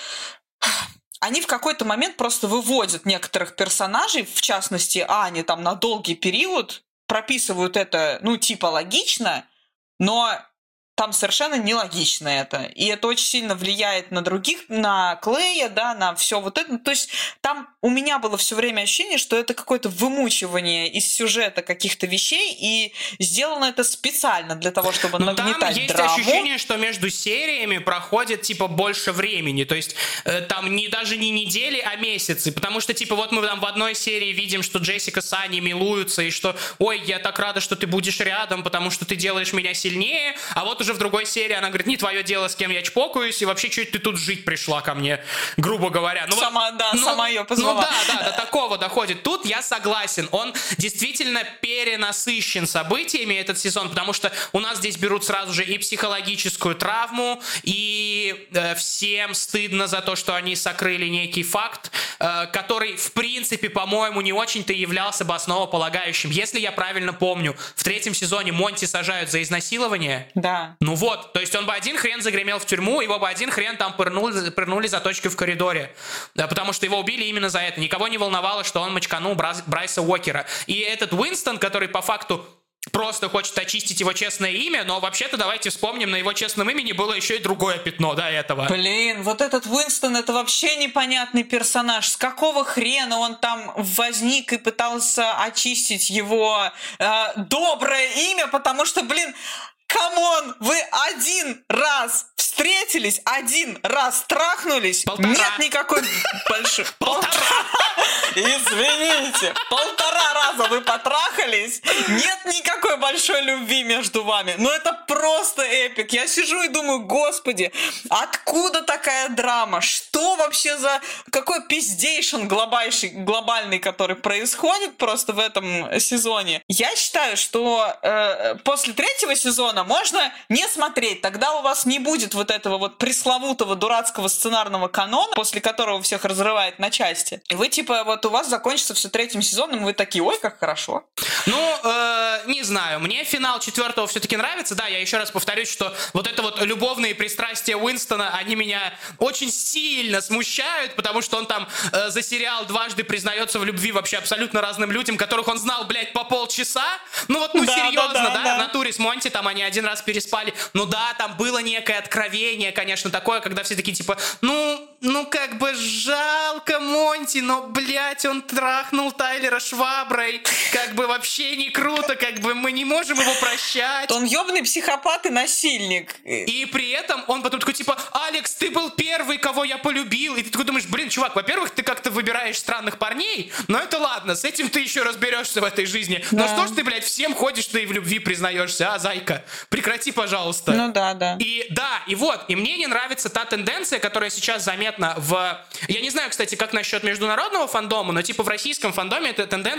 они в какой-то момент просто выводят некоторых персонажей, в частности Ани, там на долгий период, прописывают это, ну типа логично, но там совершенно нелогично это. И это очень сильно влияет на других, на Клея, да, на все вот это. То есть там у меня было все время ощущение, что это какое-то вымучивание из сюжета каких-то вещей, и сделано это специально для того, чтобы Но там нагнетать есть драму. ощущение, что между сериями проходит, типа, больше времени. То есть э, там не, даже не недели, а месяцы. Потому что, типа, вот мы там в одной серии видим, что Джессика с Аней милуются, и что, ой, я так рада, что ты будешь рядом, потому что ты делаешь меня сильнее. А вот уже в другой серии она говорит, не твое дело, с кем я чпокаюсь, и вообще, что ты тут жить пришла ко мне, грубо говоря. Ну, Сама, вот, да, ну, сама ее позвала. Ну да, да, до такого доходит. Тут я согласен. Он действительно перенасыщен событиями, этот сезон, потому что у нас здесь берут сразу же и психологическую травму, и э, всем стыдно за то, что они сокрыли некий факт, э, который, в принципе, по-моему, не очень-то являлся бы основополагающим. Если я правильно помню, в третьем сезоне Монти сажают за изнасилование. Да. Ну вот, то есть он бы один хрен загремел в тюрьму, его бы один хрен там пырнули, пырнули за точки в коридоре. Да, потому что его убили именно за это. Никого не волновало, что он мочканул Брайс, Брайса Уокера. И этот Уинстон, который по факту просто хочет очистить его честное имя, но вообще-то давайте вспомним, на его честном имени было еще и другое пятно до этого. Блин, вот этот Уинстон, это вообще непонятный персонаж. С какого хрена он там возник и пытался очистить его э, доброе имя, потому что, блин, камон, вы один раз встретились, один раз трахнулись, Полтора. нет никакой большой... Полтора. Извините, полтора раза вы потрахались, нет никакой большой любви между вами. Ну это просто эпик. Я сижу и думаю, господи, откуда такая драма? Что вообще за какой пиздейшн глобальный, глобальный, который происходит просто в этом сезоне? Я считаю, что э, после третьего сезона можно не смотреть. Тогда у вас не будет вот этого вот пресловутого дурацкого сценарного канона, после которого всех разрывает на части. И вы типа вот у вас закончится все третьим сезоном, и вы такие, ой, как хорошо. Ну, э, не знаю, мне финал четвертого все-таки нравится. Да, я еще раз повторюсь, что вот это вот любовные пристрастия Уинстона, они меня очень сильно смущают, потому что он там э, за сериал дважды признается в любви вообще абсолютно разным людям, которых он знал, блядь, по полчаса. Ну вот, ну Да, серьезно, да, да, да, да. в натуре с Монти там они один раз переспали. Ну да, там было некое откровение, конечно, такое, когда все такие типа, ну, ну как бы жалко Монти, но, блядь, он трахнул Тайлера шваброй, как бы вообще не круто, как бы мы не можем его прощать. Он ёбаный психопат и насильник. И при этом он потом такой, типа, Алекс, ты был первый, кого я полюбил. И ты такой думаешь, блин, чувак, во-первых, ты как-то выбираешь странных парней, но это ладно, с этим ты еще разберешься в этой жизни. Но Да. что ж ты, блядь, всем ходишь, ты и в любви признаешься, а, зайка? Прекрати, пожалуйста. Ну да, да. И да, и вот, и мне не нравится та тенденция, которая сейчас заметна в... Я не знаю, кстати, как насчет международного фандома, но типа в российском фандоме эта тенденция очень заметна.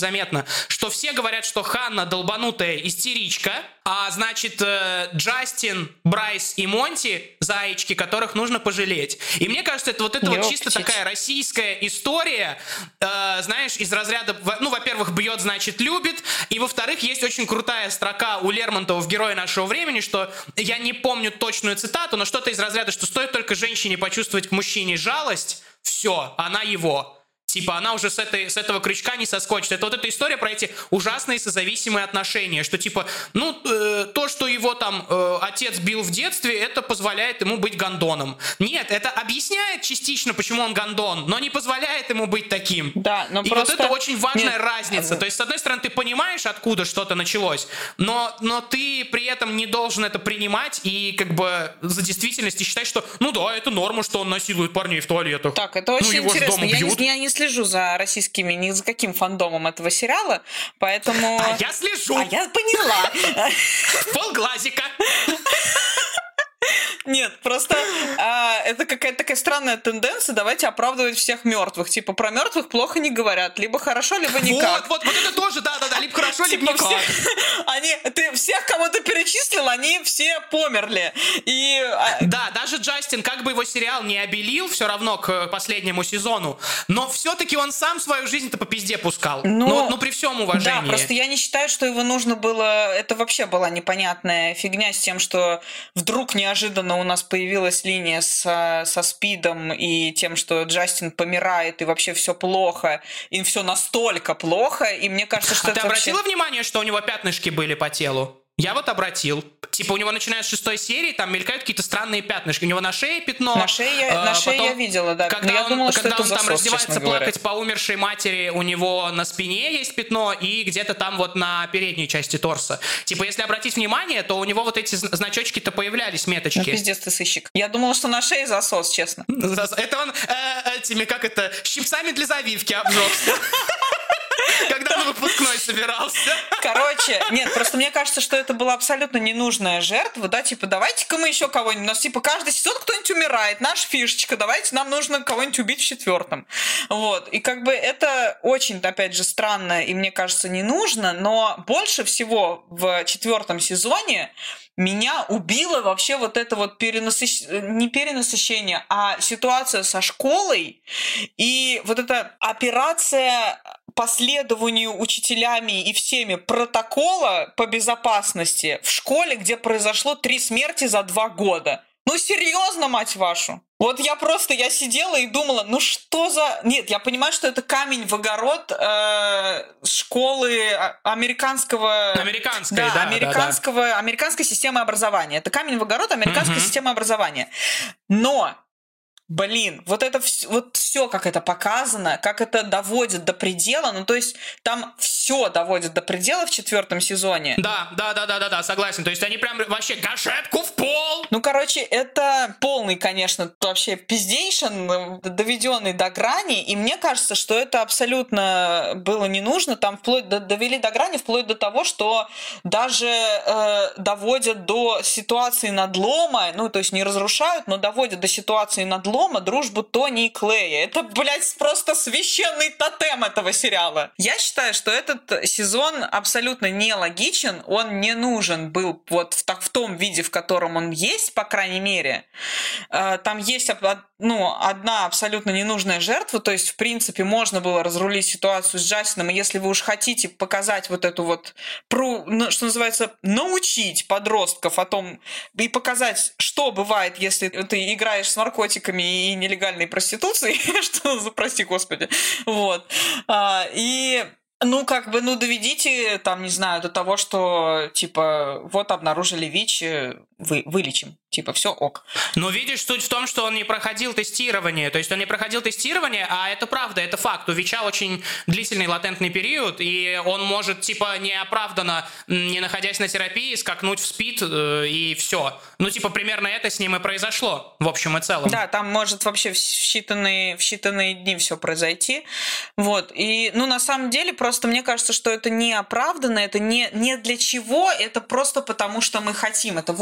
заметно, что все говорят, что Ханна долбанутая истеричка, а значит, э, Джастин, Брайс и Монти заячки, которых нужно пожалеть. И мне кажется, это вот это вот чисто такая российская история, э, знаешь, из разряда, ну, во-первых, бьет, значит, любит, и, во-вторых, есть очень крутая строка у Лермонтова в «Герое нашего времени», что я не помню точную цитату, но что-то из разряда, что стоит только женщине почувствовать к мужчине жалость, все, она его. Типа, она уже с, этой, с этого крючка не соскочит. Это вот эта история про эти ужасные созависимые отношения, что, типа, ну, э, то, что его там э, отец бил в детстве, это позволяет ему быть гондоном. Нет, это объясняет частично, почему он гондон, но не позволяет ему быть таким. Да, но И просто... вот это очень важная Нет. разница. То есть, с одной стороны, ты понимаешь, откуда что-то началось, но, но ты при этом не должен это принимать и, как бы, за действительность считать, что, ну да, это норма, что он насилует парней в туалетах. Так, это очень ну, его интересно. Дома Я бьют. не, я не слежу за российскими, ни за каким фандомом этого сериала, поэтому... А я слежу. А я поняла. Полглазика. Нет, просто а, это какая-то такая странная тенденция. Давайте оправдывать всех мертвых. Типа, про мертвых плохо не говорят. Либо хорошо, либо никак. Вот, вот, вот это тоже, да-да-да, либо хорошо, либо Типа, никак. все- они, ты всех, кого ты перечислил, они все померли. И а, Да, даже Джастин, как бы его сериал не обелил все равно к последнему сезону, но все-таки он сам свою жизнь-то по пизде пускал. Ну, Ну, ну, при всем уважении. Да, просто я не считаю, что его нужно было... Это вообще была непонятная фигня с тем, что вдруг неожиданно у нас появилась линия со, со СПИДом и тем, что Джастин помирает, и вообще все плохо, и все настолько плохо, и мне кажется, что А это ты вообще... обратила внимание, что у него пятнышки были по телу? Я вот обратил. Типа у него, начиная с шестой серии, там мелькают какие-то странные пятнышки. У него на шее пятно. На шее я- а, на шее потом, я видела, да. Когда Но я он, думала, что когда это он там засос, раздевается честно говоря. плакать по умершей матери, у него на спине есть пятно и где-то там вот на передней части торса. Типа, если обратить внимание, то у него вот эти зна- значочки-то появлялись, Ну, меточки. пиздец ты сыщик. Я думала, что на шее засос, честно. Это он э, этими, как это, щипцами для завивки обжегся. Когда на выпускной собирался. Короче, нет, просто мне кажется, что это была абсолютно ненужная жертва, да, типа, давайте-ка мы еще кого-нибудь, у нас, типа, каждый сезон кто-нибудь умирает, наша фишечка, давайте, нам нужно кого-нибудь убить в четвертом. Вот, и как бы это очень, опять же, странно, и мне кажется, не нужно, но больше всего в четвертом сезоне меня убило вообще вот это вот перенасыщение, не перенасыщение, а ситуация со школой и вот эта операция по следованию учителями и всеми протокола по безопасности в школе, где произошло три смерти за два года. Ну, серьезно, мать вашу? Вот я просто, я сидела и думала, ну что за... Нет, я понимаю, что это камень в огород э, школы а- американского... Американской, да, да, да, американского, американской системы образования. Это камень в огород американской Мгм. системы образования. Но... Блин, вот это вс- вот все, как это показано, как это доводит до предела, ну то есть там все доводит до предела в четвертом сезоне. Да, да, да, да, да, да, согласен. То есть они прям вообще гашетку в пол. Ну, короче, это полный, конечно, вообще пиздейшн, доведенный до грани, и мне кажется, что это абсолютно было не нужно. Там вплоть до, довели до грани, вплоть до того, что даже э, доводят до ситуации надлома, ну, то есть не разрушают, но доводят до ситуации надлома дружбу Тони и Клея. Это, блядь, просто священный тотем этого сериала. Я считаю, что этот сезон абсолютно нелогичен, он не нужен был вот в, так, в том виде, в котором он есть, по крайней мере. Э, Там есть об- ну, одна абсолютно ненужная жертва, то есть, в принципе, можно было разрулить ситуацию с Джастином, и если вы уж хотите показать вот эту вот, пру- ну, что называется, научить подростков о том, и показать, что бывает, если ты играешь с наркотиками и нелегальной проституцией, что за, прости господи, вот, А, и... Ну, как бы, ну, доведите, там, не знаю, до того, что, типа, вот обнаружили ВИЧ, э, вы, вылечим. Типа, все ок. Но видишь, суть в том, что он не проходил тестирование. То есть он не проходил тестирование, а это правда, это факт. У ВИЧа очень длительный латентный период, и он может, типа, неоправданно, м, не находясь на терапии, скакнуть в СПИД, э, и все. Ну, типа, примерно это с ним и произошло, в общем и целом. Да, там может вообще в считанные, в считанные дни все произойти. Вот. И, ну, на самом деле, просто мне кажется, что это не оправданно, это не, не для чего, это просто потому, что мы хотим. Это вот.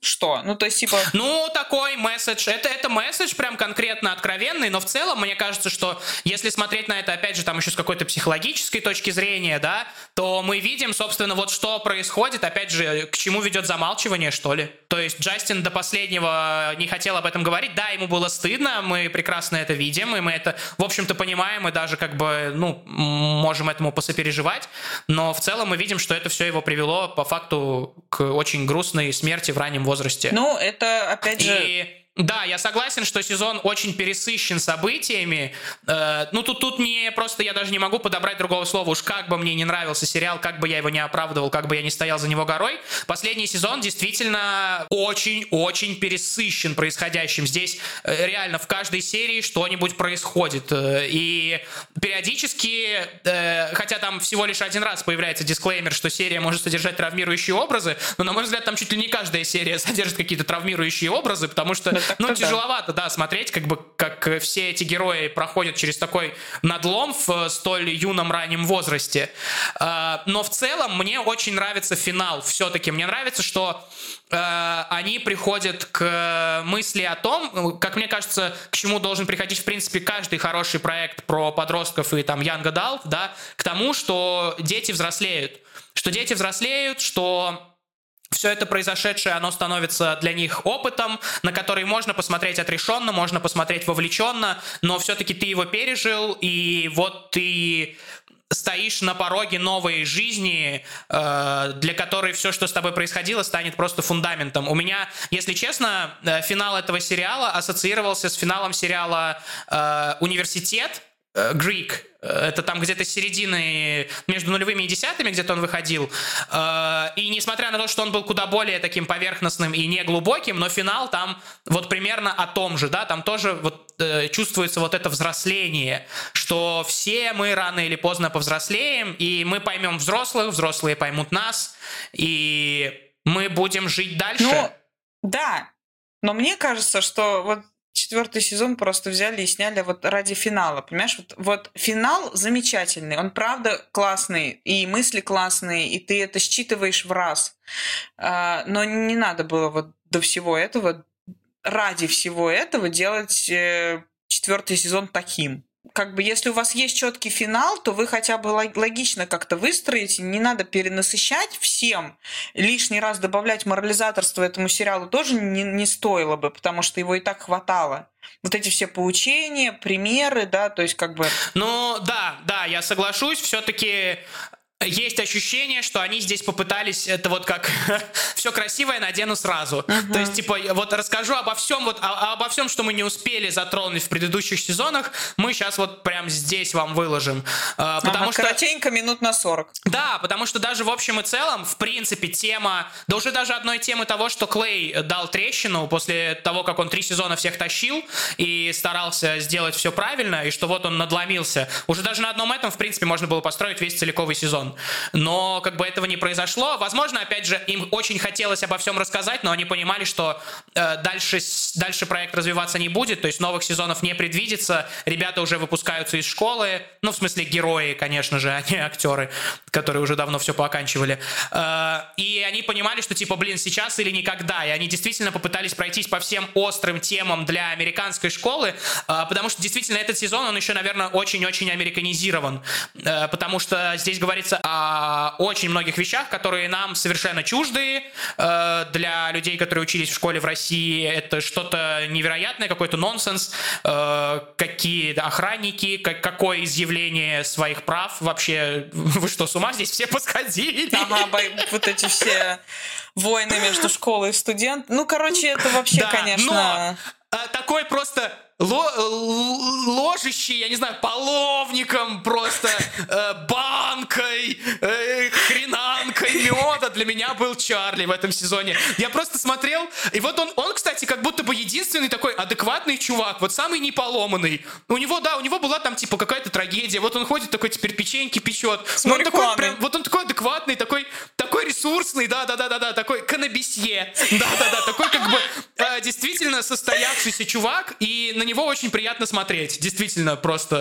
Что? Ну, то есть, типа... Ну, такой месседж. Это, это месседж прям конкретно откровенный, но в целом, мне кажется, что если смотреть на это, опять же, там еще с какой-то психологической точки зрения, да, то мы видим, собственно, вот что происходит, опять же, к чему ведет замалчивание, что ли. То есть Джастин до последнего не хотел об этом говорить. Да, ему было стыдно, мы прекрасно это видим, и мы это, в общем-то, понимаем, и даже как бы, ну, можем этому посопереживать, но в целом мы видим, что это все его привело по факту к очень грустной смерти в раннем возрасте. возрасте. Ну, это, опять же... И... Да, я согласен, что сезон очень пересыщен событиями. Э, ну, тут, тут не просто, я даже не могу подобрать другого слова. Уж как бы мне не нравился сериал, как бы я его не оправдывал, как бы я не стоял за него горой. Последний сезон действительно очень-очень пересыщен происходящим. Здесь э, реально в каждой серии что-нибудь происходит. Э, и периодически, э, хотя там всего лишь один раз появляется дисклеймер, что серия может содержать травмирующие образы, но, на мой взгляд, там чуть ли не каждая серия содержит какие-то травмирующие образы, потому что ну, да. тяжеловато, да, смотреть, как бы, как все эти герои проходят через такой надлом в столь юном раннем возрасте. Но в целом мне очень нравится финал. Все-таки мне нравится, что они приходят к мысли о том, как мне кажется, к чему должен приходить, в принципе, каждый хороший проект про подростков и там young adult, да, к тому, что дети взрослеют. Что дети взрослеют, что... Все это произошедшее, оно становится для них опытом, на который можно посмотреть отрешенно, можно посмотреть вовлеченно, но все-таки ты его пережил, и вот ты стоишь на пороге новой жизни, э, для которой все, что с тобой происходило, станет просто фундаментом. У меня, если честно, финал этого сериала ассоциировался с финалом сериала э, «Университет», Greek. Это там где-то с середины, между нулевыми и десятыми где-то он выходил. И несмотря на то, что он был куда более таким поверхностным и неглубоким, но финал там вот примерно о том же, да, там тоже вот чувствуется вот это взросление, что все мы рано или поздно повзрослеем, и мы поймем взрослых, взрослые поймут нас, и мы будем жить дальше. Ну, да, но мне кажется, что вот четвертый сезон просто взяли и сняли вот ради финала, понимаешь? Вот, вот финал замечательный, он правда классный, и мысли классные, и ты это считываешь в раз. А, но не надо было вот до всего этого, ради всего этого делать э, четвертый сезон таким. Как бы если у вас есть четкий финал, то вы хотя бы логично как-то выстроите, не надо перенасыщать всем. Лишний раз добавлять морализаторство этому сериалу тоже не, не стоило бы, потому что его и так хватало. Вот эти все поучения, примеры, да, то есть как бы... Ну, да, да, я соглашусь, все-таки... Есть ощущение, что они здесь попытались, это вот как все красивое надену сразу. Uh-huh. То есть, типа, вот расскажу обо всем, вот о, обо всем, что мы не успели затронуть в предыдущих сезонах, мы сейчас вот прям здесь вам выложим. А, потому ага, что... коротенько, минут на сорок. Да, потому что даже в общем и целом, в принципе, тема, да уже даже одной темы того, что Клей дал трещину после того, как он три сезона всех тащил и старался сделать все правильно, и что вот он надломился. Уже даже на одном этом, в принципе, можно было построить весь целиковый сезон. Но как бы этого не произошло. Возможно, опять же, им очень хотелось обо всем рассказать, но они понимали, что э, дальше, дальше проект развиваться не будет, то есть новых сезонов не предвидится, ребята уже выпускаются из школы, ну, в смысле, герои, конечно же, а не актеры, которые уже давно все пооканчивали. Э, и они понимали, что типа, блин, сейчас или никогда, и они действительно попытались пройтись по всем острым темам для американской школы, э, потому что действительно этот сезон, он еще, наверное, очень-очень американизирован, э, потому что здесь говорится о очень многих вещах, которые нам совершенно чужды. Для людей, которые учились в школе в России, это что-то невероятное, какой-то нонсенс. Какие охранники, какое изъявление своих прав. Вообще, вы что, с ума здесь все посходили? Ага, вот эти все войны между школой и студентом. Ну, короче, это вообще, да, конечно... Но такой просто... ложащий, я не знаю, половником просто, э, банкой, э, хренанкой меда для меня был Чарли в этом сезоне. Я просто смотрел, и вот он, он, кстати, как будто бы единственный такой адекватный чувак, вот самый неполоманный. У него, да, у него была там типа какая-то трагедия, вот он ходит такой, теперь печеньки печет. Но он такой, прям, вот он такой адекватный, такой, такой ресурсный, да-да-да-да, такой канабисье, да-да-да, такой как бы э, действительно состоявшийся чувак, и на него очень приятно смотреть. Действительно, просто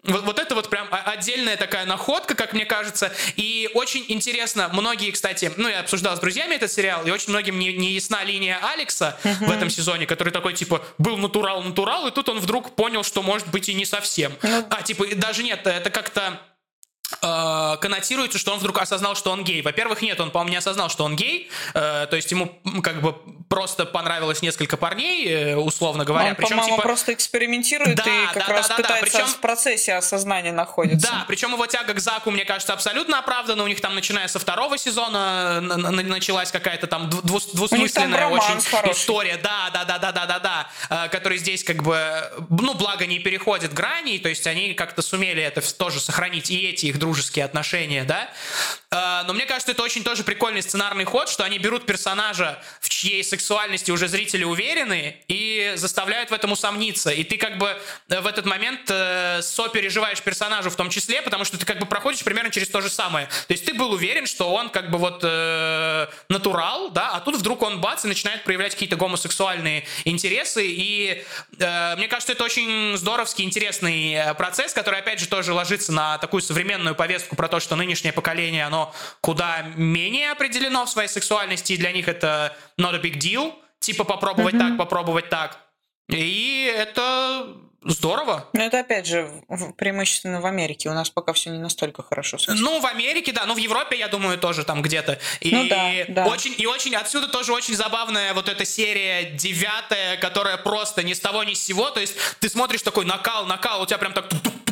Вот, вот это вот прям отдельная такая находка, как мне кажется. И очень интересно, многие, кстати, ну, я обсуждал с друзьями этот сериал, и очень многим не, не ясна линия Алекса uh-huh. в этом сезоне, который такой, типа, был натурал-натурал, и тут он вдруг понял, что может быть и не совсем. Uh-huh. А, типа, даже нет, это как-то э, коннотируется, что он вдруг осознал, что он гей. Во-первых, нет, он, по-моему, не осознал, что он гей, э, то есть ему как бы просто понравилось несколько парней, э, условно говоря. Он, причем, по-моему, типа... просто экспериментирует да, и как да, раз да, да, пытается причем... в процессе осознания находится. Да, причем его тяга к Заку, мне кажется, абсолютно оправдана. У них там, начиная со второго сезона, началась какая-то там двусмысленная очень история. Да, да, да, да, да, да, да, который здесь как бы, ну, благо не переходит граней, то есть они как-то сумели это тоже сохранить, и эти их дружеские отношения, да. Но мне кажется, это очень тоже прикольный сценарный ход, что они берут персонажа, в чьей сексуальности уже зрители уверены, и заставляют в этом усомниться. И ты как бы в этот момент э, сопереживаешь персонажу в том числе, потому что ты как бы проходишь примерно через то же самое. То есть ты был уверен, что он как бы вот э, натурал, да, а тут вдруг он бац и начинает проявлять какие-то гомосексуальные интересы. И э, мне кажется, это очень здоровский, интересный процесс, который, опять же, тоже ложится на такую современную повестку про то, что нынешнее поколение, оно куда менее определено в своей сексуальности, и для них это not a big deal, типа попробовать mm-hmm. так, попробовать так. И это здорово. Но это, опять же, преимущественно в Америке. У нас пока все не настолько хорошо. Ну, в Америке, да. Ну, в Европе, я думаю, тоже там где-то. И ну, да, да. Очень, и очень отсюда тоже очень забавная вот эта серия девятая, которая просто ни с того ни с сего. То есть ты смотришь такой накал, накал, у тебя прям так...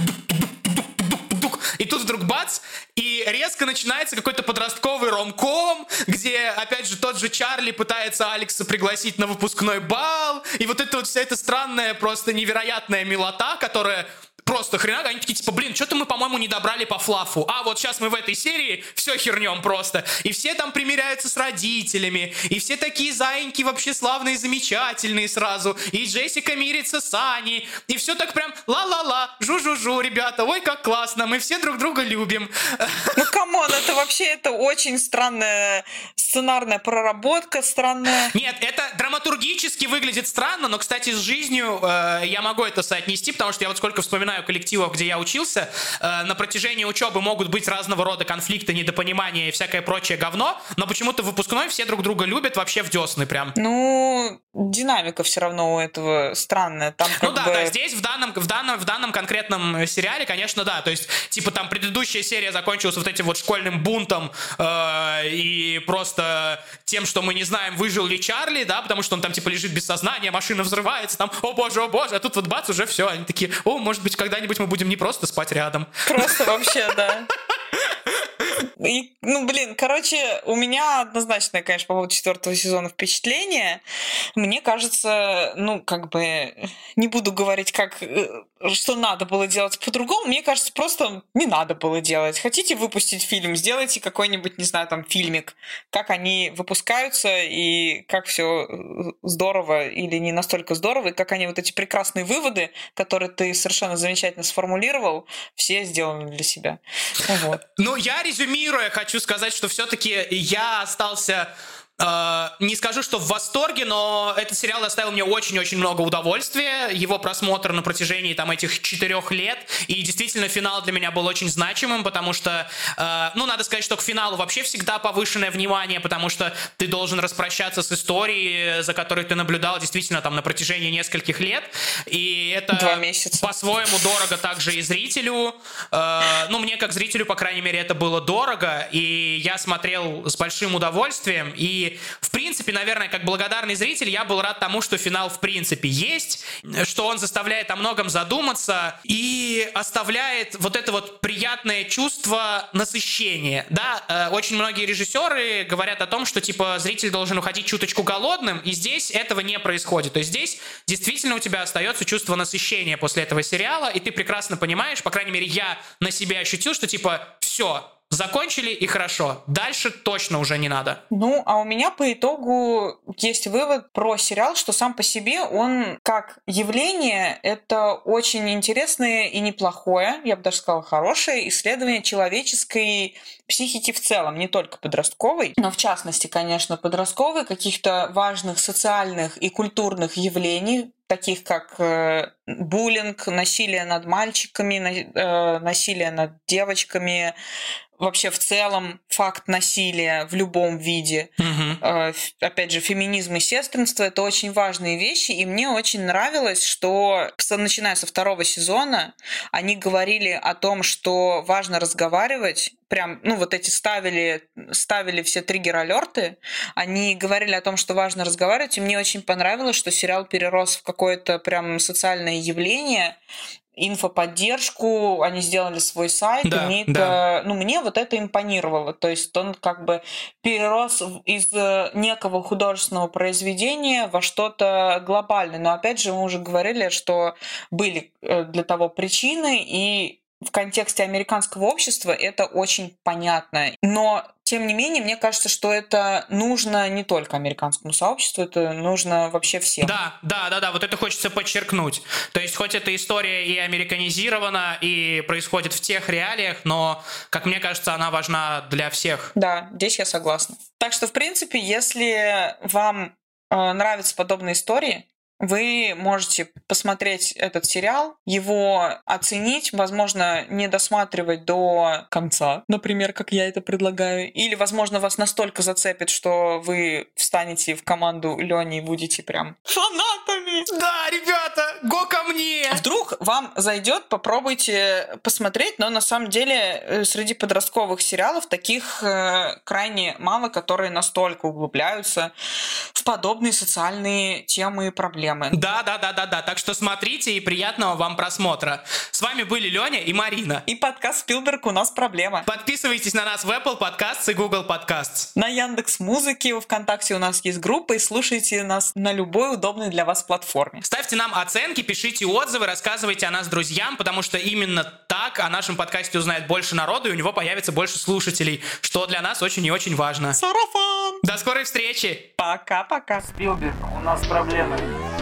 И тут вдруг бац, и резко начинается какой-то подростковый ромком, где, опять же, тот же Чарли пытается Алекса пригласить на выпускной бал, и вот это вот вся эта странная, просто невероятная милота, которая... Просто хрена, они такие, типа, блин, что-то мы, по-моему, не добрали по флафу. А вот сейчас мы в этой серии все хернем просто. И все там примиряются с родителями. И все такие заиньки вообще славные, замечательные сразу. И Джессика мирится с Аней. И все так прям ла-ла-ла, жу-жу-жу, ребята. Ой, как классно, мы все друг друга любим. Ну, камон, это вообще это очень странная сценарная проработка, странная. Нет, это драматургически выглядит странно, но, кстати, с жизнью э, я могу это соотнести, потому что я вот сколько вспоминаю коллективов, где я учился, э, на протяжении учебы могут быть разного рода конфликты, недопонимания и всякое прочее говно, но почему-то в выпускной все друг друга любят вообще в десны прям. Ну, динамика все равно у этого странная. Там ну да, бы... да, здесь в данном, в, данном, в данном конкретном сериале, конечно, да, то есть, типа, там предыдущая серия закончилась вот этим вот школьным бунтом э, и просто тем, что мы не знаем, выжил ли Чарли, да, потому что он там, типа, лежит без сознания, машина взрывается, там, о боже, о боже, а тут вот бац, уже все, они такие, о, может быть, когда-нибудь мы будем не просто спать рядом. Просто вообще, да. И, ну, блин, короче, у меня однозначное, конечно, по поводу четвертого сезона впечатление. Мне кажется, ну, как бы, не буду говорить, как, что надо было делать по-другому. Мне кажется, просто не надо было делать. Хотите выпустить фильм, сделайте какой-нибудь, не знаю, там, фильмик, как они выпускаются и как все здорово или не настолько здорово, и как они вот эти прекрасные выводы, которые ты совершенно замечательно сформулировал, все сделаны для себя. Вот. Ну, я резюмируя, хочу сказать, что все-таки я остался... Uh, не скажу, что в восторге, но этот сериал доставил мне очень-очень много удовольствия. Его просмотр на протяжении там этих четырех лет. И действительно, финал для меня был очень значимым, потому что, uh, ну, надо сказать, что к финалу вообще всегда повышенное внимание, потому что ты должен распрощаться с историей, за которой ты наблюдал действительно там на протяжении нескольких лет. И это Два месяца. По-своему дорого также и зрителю. Uh, ну, мне как зрителю, по крайней мере, это было дорого. И я смотрел с большим удовольствием. И в принципе, наверное, как благодарный зритель, я был рад тому, что финал в принципе есть, что он заставляет о многом задуматься и оставляет вот это вот приятное чувство насыщения. Да, очень многие режиссеры говорят о том, что типа зритель должен уходить чуточку голодным, и здесь этого не происходит. То есть здесь действительно у тебя остается чувство насыщения после этого сериала, и ты прекрасно понимаешь, по крайней мере, я на себе ощутил, что типа все, закончили и хорошо. Дальше точно уже не надо. Ну, а у меня по итогу есть вывод про сериал, что сам по себе он как явление это очень интересное и неплохое, я бы даже сказала, хорошее исследование человеческой психики в целом, не только подростковой, но в частности, конечно, подростковой, каких-то важных социальных и культурных явлений, таких как э, буллинг, насилие над мальчиками, на, э, насилие над девочками, вообще в целом факт насилия в любом виде. Мгм. Э, ф- опять же, феминизм и сестринство — это очень важные вещи, и мне очень нравилось, что, с- начиная со второго сезона, они говорили о том, что важно разговаривать, прям, ну, вот эти ставили, ставили все триггер-алерты, они говорили о том, что важно разговаривать, и мне очень понравилось, что сериал перерос в какое-то прям социальное явление, инфоподдержку, они сделали свой сайт, Да, и мне да. это, ну, мне вот это импонировало. То есть он как бы перерос в- из э, некого художественного произведения во что-то глобальное. Но опять же, мы уже говорили, что были э, для того причины, и в контексте американского общества это очень понятно. Но, тем не менее, мне кажется, что это нужно не только американскому сообществу, это нужно вообще всем. Да, да, да, да, вот это хочется подчеркнуть. То есть, хоть эта история и американизирована, и происходит в тех реалиях, но, как мне кажется, она важна для всех. Да, здесь я согласна. Так что, в принципе, если вам э, нравятся подобные истории, вы можете посмотреть этот сериал, его оценить, возможно, не досматривать до конца, например, как я это предлагаю, или, возможно, вас настолько зацепит, что вы встанете в команду Лёни и будете прям фанатами. Да, ребята, го ко мне! Вдруг вам зайдет, попробуйте посмотреть, но на самом деле э, среди подростковых сериалов таких э, крайне мало, которые настолько углубляются в подобные социальные темы и проблемы. Да, да, да, да, да. Так что смотрите и приятного вам просмотра. С вами были Леня и Марина. И подкаст «Спилберг. У нас проблема». Подписывайтесь на нас в Apple Podcasts и Google Podcasts. На Яндекс.Музыке, во ВКонтакте у нас есть группа, и слушайте нас на любой удобной для вас платформе. Ставьте нам оценки, пишите отзывы, рассказывайте о нас друзьям, потому что именно так о нашем подкасте узнает больше народу, и у него появится больше слушателей, что для нас очень и очень важно. Сарафан! До скорой встречи! Пока-пока. Спилберг, у нас проблемы.